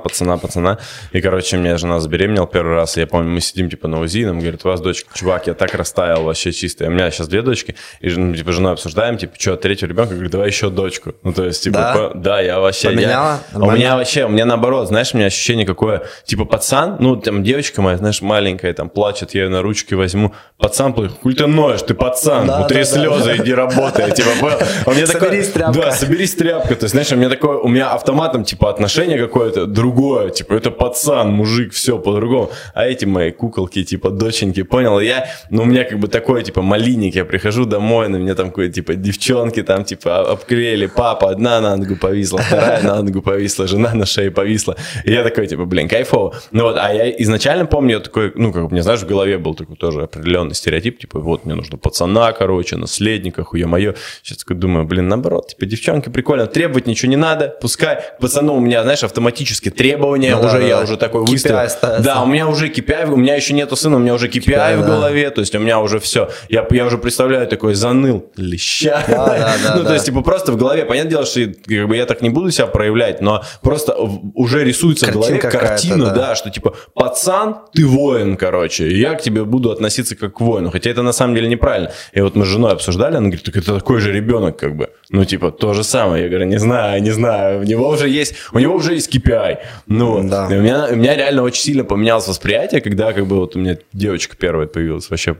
И, короче, меня жена забеременела первый раз. Я помню, мы сидим, типа, на УЗИ, нам говорят, у вас дочка. Чувак, я так растаял вообще чисто. У меня сейчас 2 дочки. И, ну, типа, с женой обсуждаем, типа, что, 3-го ребенка? Говорю, давай еще дочку. Ну, то есть, типа, да, я вообще... Поменяла? У меня наоборот, знаешь, у меня ощущение какое, типа, пацан, ну, там, девочка моя, знаешь, маленькая, там, плачет, я ее на ручки возьму. Пацан, хуй ты ноешь, ты пацан, утри слезы, иди работай. Типа, соберись, тряпка. Да, соберись, тряпка. То есть, знаешь, у меня автоматом, типа, отношение какое-то другое. Типа, это пацан, мужик, все по-другому. А эти мои куколки, типа, доченьки, понял? У меня как бы такой, типа, малинник. Я прихожу домой, на меня там какие-то, типа, девчонки там, типа, обклеили. Папа, одна на ногу повисла, вторая на ногу повисла, жена на шее повисла. И я такой, типа, блин, кайфово. Ну вот, а я изначально помню, я такой, ну, как бы, мне, знаешь, в голове был такой тоже определенный стереотип, типа, вот, мне нужно пацана, короче, наследника, хуе-моё. Сейчас такой думаю, блин, наоборот, типа, девчонки, прикольно, требовать ничего не надо, пускай к пацану у меня, знаешь, автоматически требования, я уже такой выставил. Да, у меня уже KPI, у меня еще нету сына, у меня уже KPI в голове, то есть у меня уже все. Я уже представляю такой заныл, леща. Ну, то есть, типа, просто в голове, понятное дело, что как бы я так не буду себя проявлять, но просто уже рисуется в голове картина, да, что, типа, пацан, ты воин, короче, и я к тебе буду относиться как к воину, хотя это на самом деле неправильно. И вот мы с женой обсуждали, она говорит, так это такой же ребенок, как бы. Ну, типа, то же самое. Я говорю, не знаю. У него уже есть KPI. Ну, да. И у меня реально очень сильно поменялось восприятие, когда, как бы, вот у меня девочка первая появилась. Вообще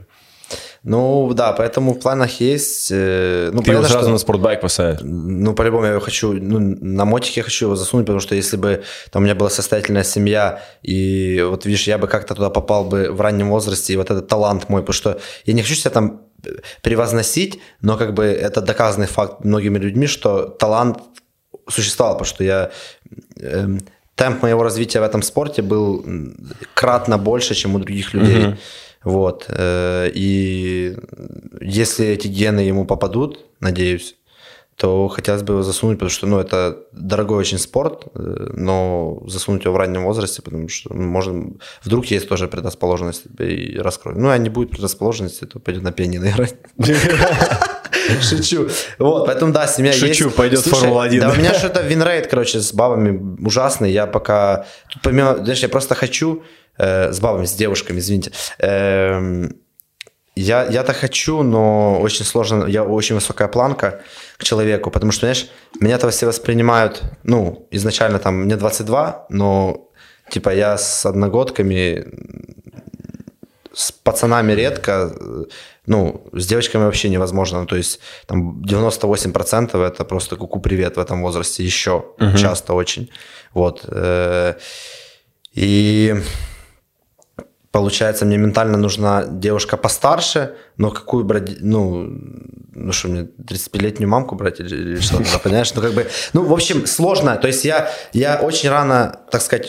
Ну, да, поэтому в планах есть. Ну, ты его сразу на спортбайк посадишь? Ну, по-любому я его хочу, ну, на мотике я хочу его засунуть, потому что если бы там у меня была состоятельная семья, и вот видишь, я бы как-то туда попал бы в раннем возрасте, и вот этот талант мой, потому что я не хочу себя там превозносить, но как бы это доказанный факт многими людьми, что талант существовал, потому что я... темп моего развития в этом спорте был кратно больше, чем у других людей. Вот. И если эти гены ему попадут, надеюсь, то хотелось бы его засунуть, потому что, ну, это дорогой очень спорт, но засунуть его в раннем возрасте, потому что, может, вдруг есть тоже предрасположенность и раскрою. Ну, а не будет предрасположенности, то пойдет на пианино играть. Шучу. Вот, поэтому, да, семья есть. Шучу, пойдет Формула-1. Да, у меня что-то винрейт, короче, с бабами ужасный. Я пока... Тут помимо... Знаешь, я просто хочу... с бабами, с девушками, извините. Я-то хочу, но очень сложно, очень высокая планка к человеку, потому что, знаешь, меня-то все воспринимают, ну, изначально там мне 22, но, типа, я с одногодками, с пацанами редко, ну, с девочками вообще невозможно, ну, то есть там 98% это просто ку-ку привет в этом возрасте еще, часто очень, вот, и... Получается, мне ментально нужна девушка постарше, но какую брать, ну что, мне 35-летнюю мамку брать или что-то, понимаешь? Ну, как бы, ну, в общем, сложно. То есть я очень рано, так сказать,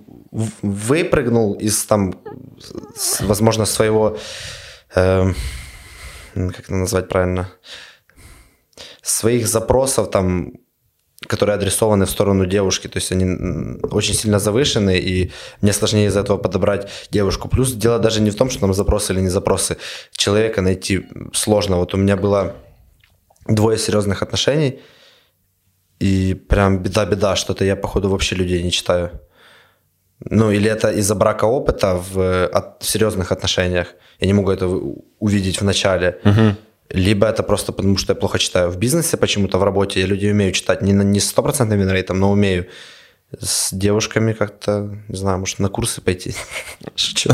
выпрыгнул из там, возможно, своего, как это назвать правильно, своих запросов там, которые адресованы в сторону девушки, то есть они очень сильно завышены, и мне сложнее из-за этого подобрать девушку. Плюс дело даже не в том, что там запросы или не запросы. Человека найти сложно. Вот у меня было 2 серьезных отношений, и прям беда-беда, что-то я, походу, вообще людей не читаю. Ну, или это из-за брака опыта в серьезных отношениях. Я не могу это увидеть в начале. Либо это просто потому, что я плохо читаю. В бизнесе почему-то, в работе я людей умею читать. Не 100% винрейтом, но умею. С девушками как-то, не знаю, может, на курсы пойти. Шучу.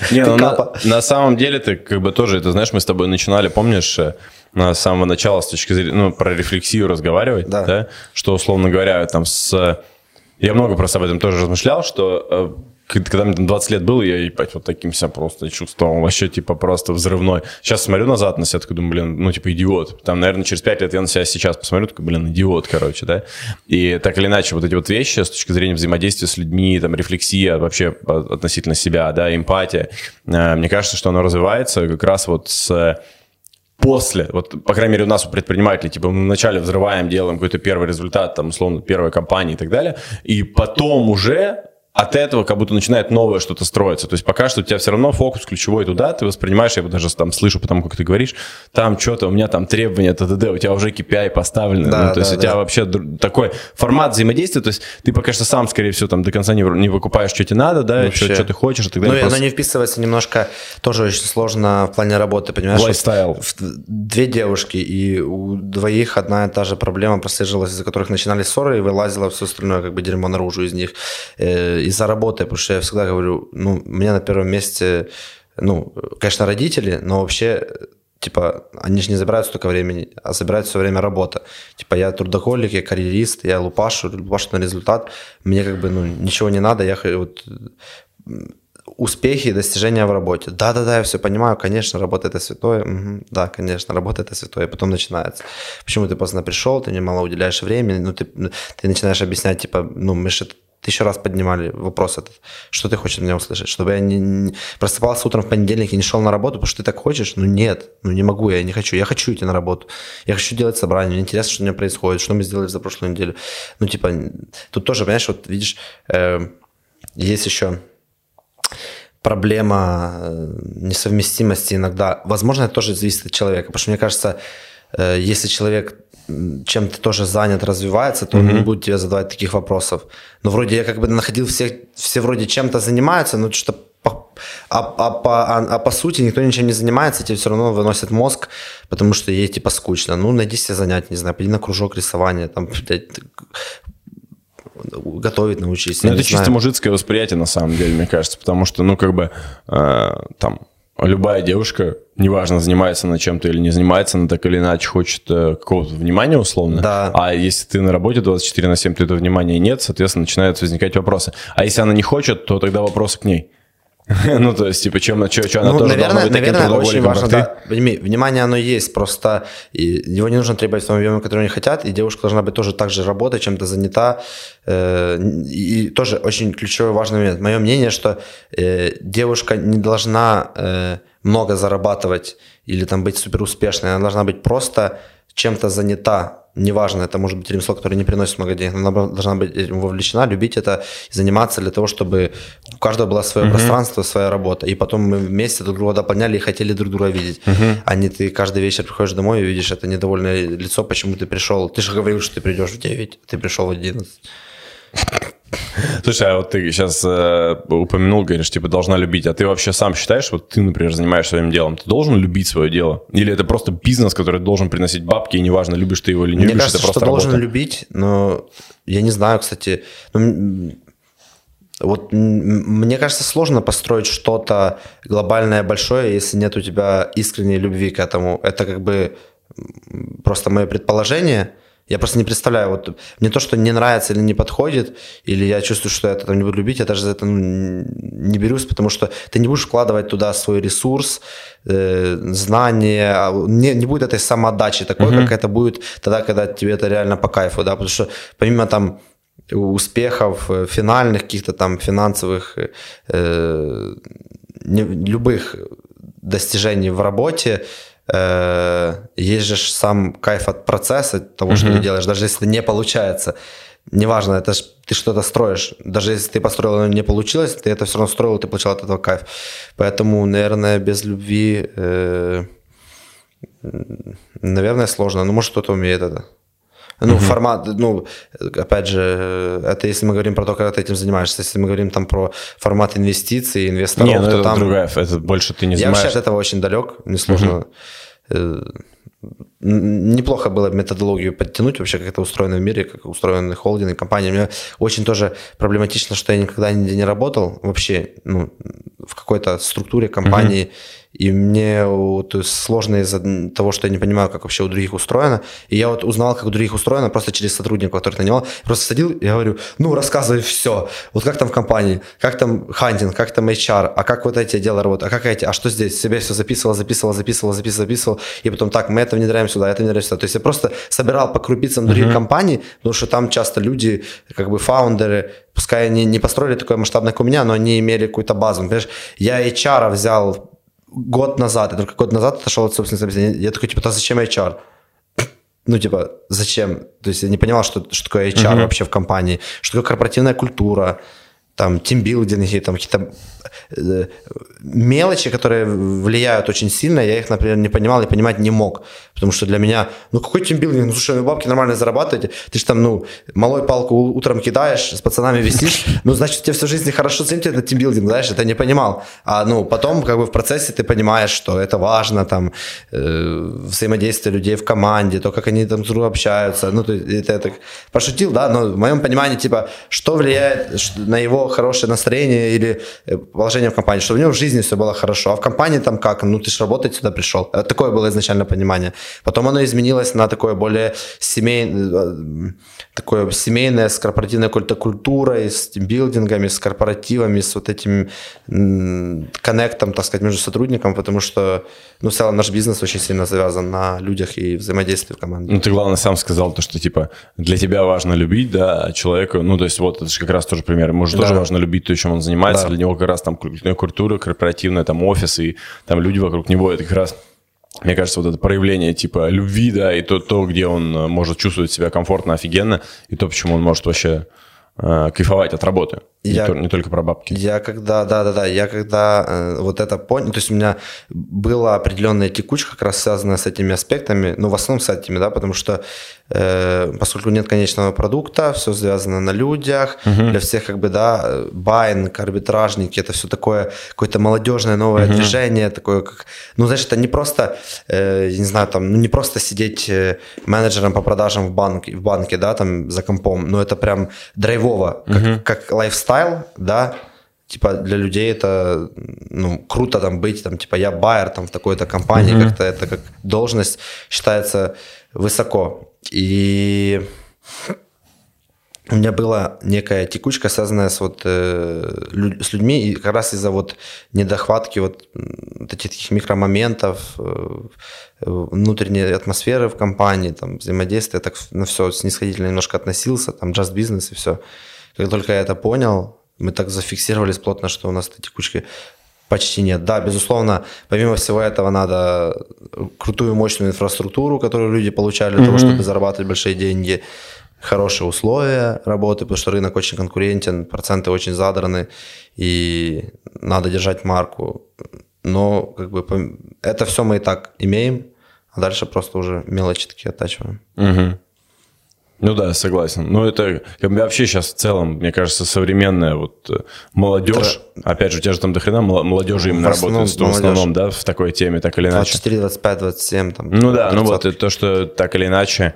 На самом деле ты как бы тоже, это знаешь, мы с тобой начинали, помнишь, с самого начала с точки зрения, ну, про рефлексию разговаривать, да? Что, условно говоря, там я много просто об этом тоже размышлял, что... Когда мне там 20 лет было, я, ебать, вот таким себя просто чувствовал, вообще, типа, просто взрывной. Сейчас смотрю назад на себя, такой думаю, блин, ну, типа, идиот. Там, наверное, через 5 лет я на себя сейчас посмотрю, такой, блин, идиот, короче, да. И так или иначе, вот эти вот вещи с точки зрения взаимодействия с людьми, там, рефлексия вообще относительно себя, да, эмпатия, мне кажется, что оно развивается как раз вот после, вот, по крайней мере, у нас у предпринимателей, типа, мы вначале взрываем, делаем какой-то первый результат, там, условно, первой компании и так далее, и потом уже... От этого как будто начинает новое что-то строиться. То есть пока что у тебя все равно фокус ключевой туда, ты воспринимаешь, я даже там слышу, потому как ты говоришь, там что-то, у меня там требования, т.д., у тебя уже KPI поставлены. Да, ну, то есть у тебя вообще такой формат взаимодействия, то есть ты пока что сам, скорее всего, там до конца не выкупаешь, что тебе надо, да, что ты хочешь и так далее. Ну, просто... оно не вписывается немножко, тоже очень сложно в плане работы, понимаешь? Лайфстайл. 2 девушки, и у 2 одна и та же проблема прослеживалась, из-за которых начинались ссоры, и вылазило все остальное, как бы дерьмо наружу из них. Из-за работы, потому что я всегда говорю, ну, у меня на первом месте, ну, конечно, родители, но вообще, типа, они же не забирают столько времени, а забирают все время работа. Типа, я трудоголик, я карьерист, я лупашу на результат, мне как бы, ну, ничего не надо, я вот... Успехи и достижения в работе. Да-да-да, я все понимаю, конечно, работа – это святое. Угу. Да, конечно, работа – это святое. И потом начинается. Почему ты поздно пришел, ты немало уделяешь времени, ну, ты начинаешь объяснять, типа, ну, мы же 1000 раз поднимали вопрос этот. Что ты хочешь от меня услышать? Чтобы я не просыпался утром в понедельник и не шел на работу, потому что ты так хочешь? Ну, нет, ну, не могу, я не хочу. Я хочу идти на работу. Я хочу делать собрание. Мне интересно, что у меня происходит, что мы сделали за прошлую неделю. Ну, типа, тут тоже, понимаешь, вот видишь, есть еще... проблема несовместимости иногда. Возможно, это тоже зависит от человека. Потому что, мне кажется, если человек чем-то тоже занят, развивается, то он не будет тебе задавать таких вопросов. Но вроде я как бы находил все вроде чем-то занимаются, но что по сути никто ничем не занимается, тебе все равно выносят мозг, потому что ей типа скучно. Ну, найди себе занятие, не знаю, пойди на кружок рисования, там, готовить научись. Ну, это чисто мужицкое восприятие, на самом деле, мне кажется, потому что, ну, как бы, там, любая девушка, неважно, занимается она чем-то или не занимается, она так или иначе хочет какого-то внимания условно. Да. А если ты на работе 24/7, то этого внимания нет, соответственно, начинают возникать вопросы. А если она не хочет, то тогда вопросы к ней. Ну, то есть, типа, что она тоже должна быть таким трудоголиком, очень важно, как ты? Да. Внимание, оно есть, просто его не нужно требовать в том объеме, который они хотят, и девушка должна быть тоже так же работать, чем-то занята. И тоже очень ключевой важный момент. Мое мнение, что девушка не должна много зарабатывать или там быть суперуспешной, она должна быть просто чем-то занята. Неважно, это может быть ремесло, которое не приносит много денег, она должна быть вовлечена, любить это, заниматься для того, чтобы у каждого было свое пространство, своя работа. И потом мы вместе друг друга дополняли и хотели друг друга видеть. А не ты каждый вечер приходишь домой и видишь это недовольное лицо, почему ты пришел. Ты же говорил, что ты придешь в 9, ты пришел в 11. Слушай, а вот ты сейчас упомянул, говоришь, типа, должна любить. А ты вообще сам считаешь, вот ты, например, занимаешься своим делом, ты должен любить свое дело? Или это просто бизнес, который должен приносить бабки, и неважно, любишь ты его или не Мне любишь, кажется, это просто что работа? должен любить, но я не знаю, кстати. Вот мне кажется, сложно построить что-то глобальное, большое, если нет у тебя искренней любви к этому. Это как бы просто мое предположение. Я просто не представляю, вот мне то, что не нравится или не подходит, или я чувствую, что я это там не буду любить, я даже за это не берусь, потому что ты не будешь вкладывать туда свой ресурс, знания, не будет этой самоотдачи такой, как это будет тогда, когда тебе это реально по кайфу, да, потому что помимо там успехов финальных, каких-то там финансовых, любых достижений в работе, есть же сам кайф от процесса того, что ты делаешь, даже если не получается. Неважно, это ж ты что-то строишь. Даже если ты построил, но не получилось, ты это все равно строил, ты получал от этого кайф. Поэтому, наверное, без любви, наверное, сложно. Ну, может, кто-то умеет это. Ну, формат, ну, опять же, это если мы говорим про то, когда ты этим занимаешься. Если мы говорим там про формат инвестиций, инвесторов, не, ну, то это там... другая, это больше ты не занимаешься. Я вообще от этого очень далек, мне сложно. Неплохо было методологию подтянуть вообще, как это устроено в мире, как устроены холдинги, компании. Мне очень тоже проблематично, что я никогда нигде не работал вообще, ну, в какой-то структуре компании. И мне вот сложно из-за того, что я не понимаю, как вообще у других устроено. И я вот узнал, как у других устроено, просто через сотрудника, который нанимал. Просто садил и говорю, ну, рассказывай все. Вот как там в компании, как там хантинг, как там HR, а как вот эти дела работают, а как эти, а что здесь? Себе все записывал. И потом так, мы это внедряем сюда, это внедряем сюда. То есть я просто собирал по крупицам других компаний, потому что там часто люди, как бы фаундеры, пускай они не построили такое масштабное, как у меня, но они имели какую-то базу. Понимаешь, я HR взял год назад, я только год назад отошел от собственного собеседования, я такой, типа, да зачем HR? Ну, типа, зачем? То есть я не понимал, что такое HR вообще в компании, что такое корпоративная культура, там, тимбилдинги, там какие-то мелочи, которые влияют очень сильно, я их, например, не понимал и понимать не мог, потому что для меня, ну, какой тимбилдинг, ну, слушай, вы бабки нормально зарабатываете, ты же там, ну, малой палку утром кидаешь, с пацанами висишь, ну, значит, у тебя всю жизнь хорошо, зачем тебе этот тимбилдинг, знаешь, это не понимал, а, ну, потом, как бы, в процессе ты понимаешь, что это важно, там, взаимодействие людей в команде, то, как они там друг с другом общаются, ну, то есть, это пошутил, да, но в моем понимании, типа, что влияет на его хорошее настроение или положение в компании, что у него в жизни все было хорошо, а в компании там как, ну ты же работать сюда пришел. Такое было изначально понимание. Потом оно изменилось на такое более семейное, с корпоративной культурой, с тимбилдингами, с корпоративами, с вот этим коннектом, так сказать, между сотрудниками, потому что, ну, в целом наш бизнес очень сильно завязан на людях и взаимодействии в команде. Ну, ты, главное, сам сказал то, что, типа, для тебя важно любить, да, а человеку, ну, то есть, вот, это же как раз тоже пример, ему же тоже важно любить то, чем он занимается, для него как раз там культура корпоративная, там офис и там люди вокруг него, это как раз, мне кажется, вот это проявление типа любви, да, и то, где он может чувствовать себя комфортно, офигенно, и то, почему он может вообще кайфовать от работы, не только про бабки. Я когда вот это понял, то есть у меня была определенная текучка, как раз связанная с этими аспектами, ну, в основном с этими, да, потому что поскольку нет конечного продукта, все завязано на людях, для всех, как бы, да, байнг, арбитражники, это все такое, какое-то молодежное новое движение, такое, как, ну, знаешь, это не просто, я не знаю, там, ну, не просто сидеть менеджером по продажам в банке, да, там, за компом, но это прям драйвово, как лайфстайл, да, типа для людей это, ну, круто там быть, там, типа я байер там в такой-то компании, как-то это как должность считается высоко. И у меня была некая текучка, связанная с, вот, с людьми, и как раз из-за вот недохватки вот таких микромоментов, внутренней атмосферы в компании, там, взаимодействия, так на все снисходительно немножко относился, там, just business и все. Как только я это понял, мы так зафиксировались плотно, что у нас этой текучки почти нет. Да, безусловно, помимо всего этого надо крутую, мощную инфраструктуру, которую люди получали для того, чтобы зарабатывать большие деньги, хорошие условия работы, потому что рынок очень конкурентен, проценты очень задраны, и надо держать марку. Но как бы это все мы и так имеем, а дальше просто уже мелочи такие оттачиваем. Ну да, согласен. Ну это как бы вообще сейчас в целом, мне кажется, современная вот молодежь, опять же, у тебя же там дохрена молодежи именно работает, в основном, да, в такой теме, так или иначе. 24, 25, 27. Там, ну да, 30. Ну вот то, что так или иначе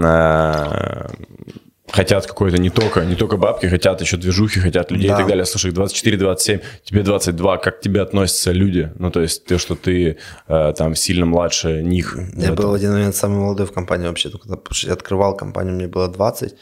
хотят какой-то не только бабки, хотят еще движухи, хотят людей и так далее. Слушай, 24-27, тебе 22, как к тебе относятся люди? Ну, то есть, то, что ты там сильно младше них. Я был в один момент самый молодой в компании вообще. Когда я открывал компанию, мне было 20.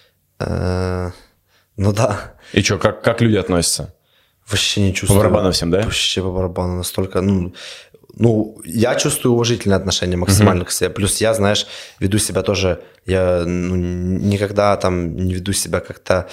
Ну да. И что, как люди относятся? Вообще не чувствую. По барабану всем, да? Вообще по барабану настолько, ну, я чувствую уважительное отношение максимально к себе. Плюс я, знаешь, веду себя тоже, я никогда там не веду себя как-то...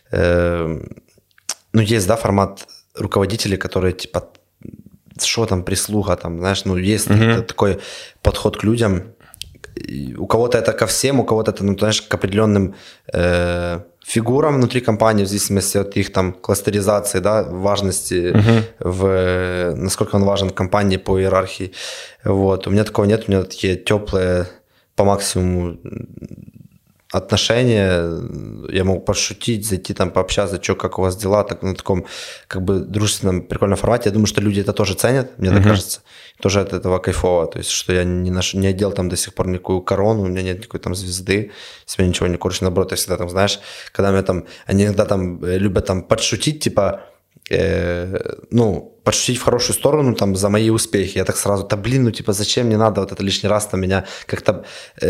есть, да, формат руководителей, которые, типа, что там, прислуга, там, знаешь, есть такой подход к людям. У кого-то это ко всем, у кого-то это, знаешь, к определенным... фигурам внутри компании, в зависимости от их там кластеризации, да, важности, насколько он важен в компании по иерархии. Вот. У меня такого нет, у меня такие теплые по максимуму отношения. Я могу пошутить, зайти там пообщаться, что, как у вас дела, так на таком как бы дружественном, прикольном формате. Я думаю, что люди это тоже ценят, мне так кажется. Тоже от этого кайфово. То есть, что я не одел там до сих пор никакую корону, у меня нет никакой там звезды, себя ничего не корчу. Наоборот, я всегда там, знаешь, когда меня там, они иногда там любят там подшутить, типа, подшутить в хорошую сторону там за мои успехи. Я так сразу, зачем мне надо вот это лишний раз там меня как-то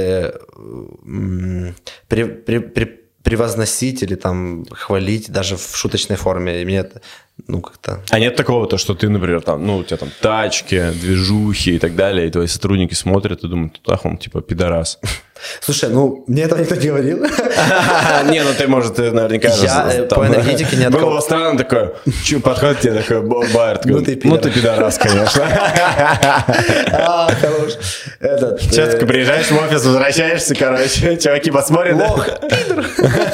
превозносить или там хвалить даже в шуточной форме. И мне это, как-то... А нет такого, то, что ты, например, там, у тебя там тачки, движухи и так далее, и твои сотрудники смотрят и думают, он типа пидорас. Слушай, мне этого никто не говорил. Не, ты, может, наверняка... Я по энергетике не открыл. Было странно такое, подходит тебе такой байер, ты пидорас, конечно. Хорош. Сейчас такой приезжаешь в офис, возвращаешься, чуваки посмотрят. Лох, пидор.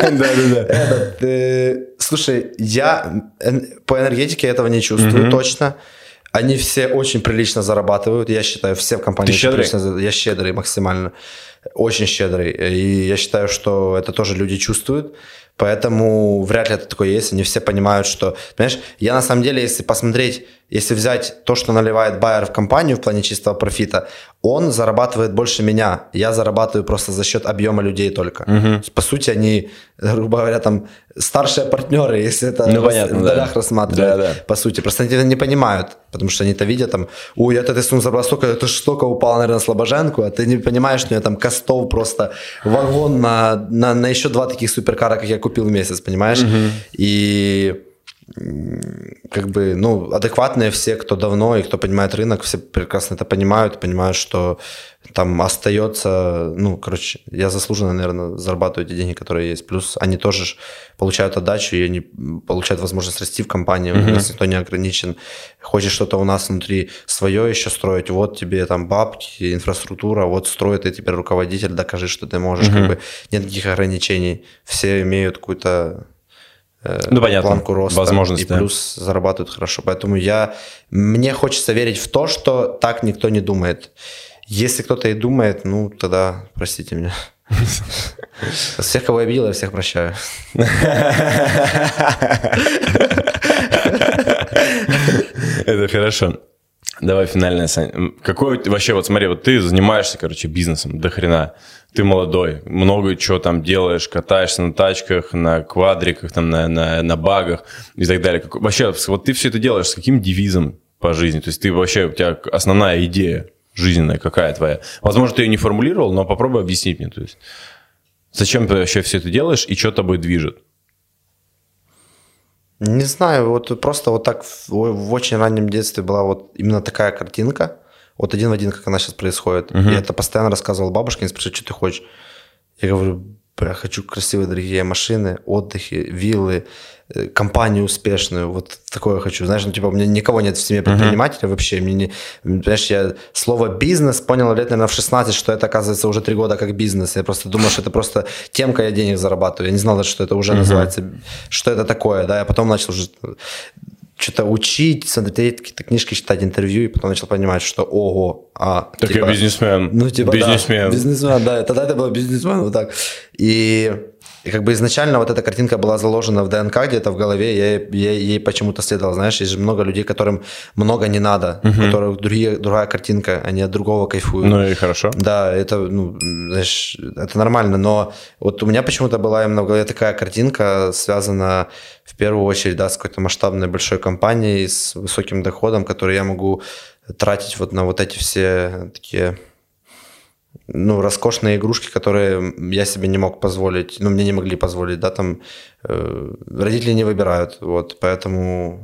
Да. Слушай, я по энергетике этого не чувствую точно. Они все очень прилично зарабатывают. Я считаю, все в компании очень прилично зарабатывают. Я щедрый максимально. Очень щедрый. И я считаю, что это тоже люди чувствуют. Поэтому вряд ли это такое есть. Они все понимают, что... Понимаешь, я на самом деле, если посмотреть, если взять то, что наливает байер в компанию в плане чистого профита, он зарабатывает больше меня. Я зарабатываю просто за счет объема людей только. По сути, они, грубо говоря, там старшие партнеры, если это в долях рассматривать. Да. По сути. Просто они это не понимают, потому что они это видят, там, ты сумму забрал столько, это столько упало, наверное, на Слобоженку, а ты не понимаешь, что у меня там костов просто вагон на еще 2 таких суперкара, как я купил в месяц, понимаешь? И... как бы, адекватные все, кто давно и кто понимает рынок, все прекрасно это понимают, что там остается, я заслуженно, наверное, зарабатываю эти деньги, которые есть. Плюс они тоже получают отдачу, и они получают возможность расти в компании, у нас никто не ограничен. Хочешь что-то у нас внутри свое еще строить, вот тебе там бабки, инфраструктура, вот строй, ты теперь руководитель, докажи, что ты можешь, как бы нет никаких ограничений. Все имеют какую-то планку роста, возможность, и плюс зарабатывают хорошо. Поэтому мне хочется верить в то, что так никто не думает. Если кто-то и думает, тогда простите меня. Всех, кого я обидел, я всех прощаю. Это хорошо. Давай финальное, Сань. Какой вообще, вот смотри, вот ты занимаешься, короче, бизнесом до хрена. Ты молодой, много чего там делаешь, катаешься на тачках, на квадриках, там, на багах и так далее. Вообще, вот ты все это делаешь с каким девизом по жизни? То есть ты вообще, у тебя основная идея жизненная какая твоя? Возможно, ты ее не формулировал, но попробуй объяснить мне. То есть, зачем ты вообще все это делаешь и что тобой движет? Не знаю, вот просто вот так в очень раннем детстве была вот именно такая картинка, вот один в один, как она сейчас происходит. Я это постоянно рассказывал бабушке, они спрашивают, что ты хочешь. Я говорю, я хочу красивые дорогие машины, отдыхи, виллы, компанию успешную, вот такое я хочу. Знаешь, ну типа у меня никого нет в семье предпринимателя вообще. Мне не, понимаешь, я слово «бизнес» понял лет, наверное, в 16, что это, оказывается, уже 3 года как бизнес. Я просто думал, что это просто темка, я денег зарабатываю. Я не знал, что это уже называется, что это такое, да. Я потом начал уже что-то учить, смотреть какие-то книжки, читать интервью, и потом начал понимать, что ого, так типа, я бизнесмен. Ну, типа, бизнесмен. Да, бизнесмен, да, тогда это был бизнесмен, вот так. И как бы изначально вот эта картинка была заложена в ДНК где-то в голове, я ей почему-то следовал, знаешь, есть же много людей, которым много не надо, у которых другая картинка, они от другого кайфуют. Ну и хорошо. Да, это, ну, знаешь, это нормально, но вот у меня почему-то была именно в голове такая картинка, связана в первую очередь, да, с какой-то масштабной большой компанией, с высоким доходом, который я могу тратить вот на вот эти все такие... Ну, роскошные игрушки, которые я себе не мог позволить, ну, мне не могли позволить, да, там, родители не выбирают, вот, поэтому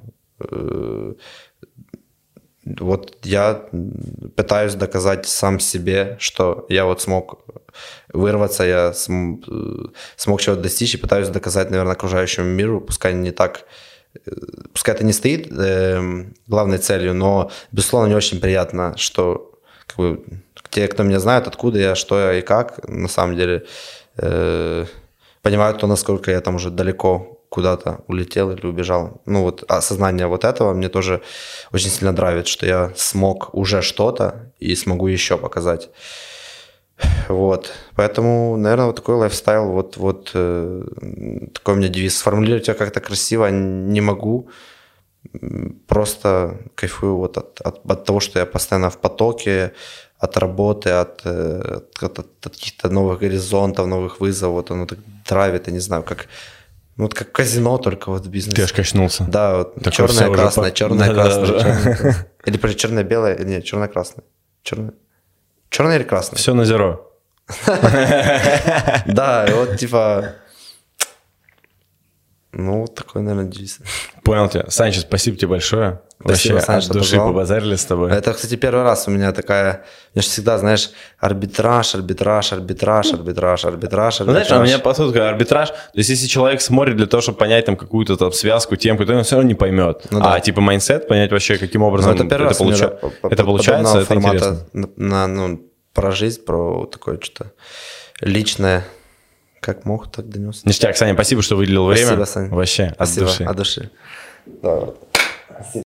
вот я пытаюсь доказать сам себе, что я вот смог вырваться, я смог чего-то достичь, и пытаюсь доказать, наверное, окружающему миру, пускай это не стоит главной целью, но, безусловно, мне очень приятно, что, как бы, те, кто меня знают, откуда я, что я и как, на самом деле, понимают, то, насколько я там уже далеко куда-то улетел или убежал. Ну вот осознание вот этого мне тоже очень сильно драйвит, что я смог уже что-то и смогу еще показать. Вот. Поэтому, наверное, вот такой лайфстайл, вот такой у меня девиз. Сформулировать его как-то красиво не могу. Просто кайфую вот от того, что я постоянно в потоке, от работы, от каких-то новых горизонтов, новых вызовов. Вот оно так драйвит, я не знаю, как... Ну, вот как казино, только вот в бизнесе. Ты аж качнулся. Да, вот черное, красное, черное, красное. Или, подожди, черное, белое? Нет, черное, красное. Черное или красное? Все на зеро. Да, вот типа... Ну, вот такой, наверное, девиз. Понял тебя. Санчо, спасибо тебе большое. Спасибо, вообще, Саня, от души позвал. побазарили с тобой. Это, кстати, первый раз у меня такая... У меня же всегда, знаешь, арбитраж. Ну, знаешь, у меня по сути арбитраж. То есть, если человек смотрит для того, чтобы понять там какую-то там связку, темку, то он все равно не поймет. Ну, да. А типа майндсет, понять вообще, каким образом это первый раз это получается, это формата интересно. Про жизнь, про такое что-то личное. Как мог, так донес. Ништяк, Саня, спасибо, что выделил время. Спасибо, Саня. Вообще, Спасибо, от души. от души. Да. Спасибо.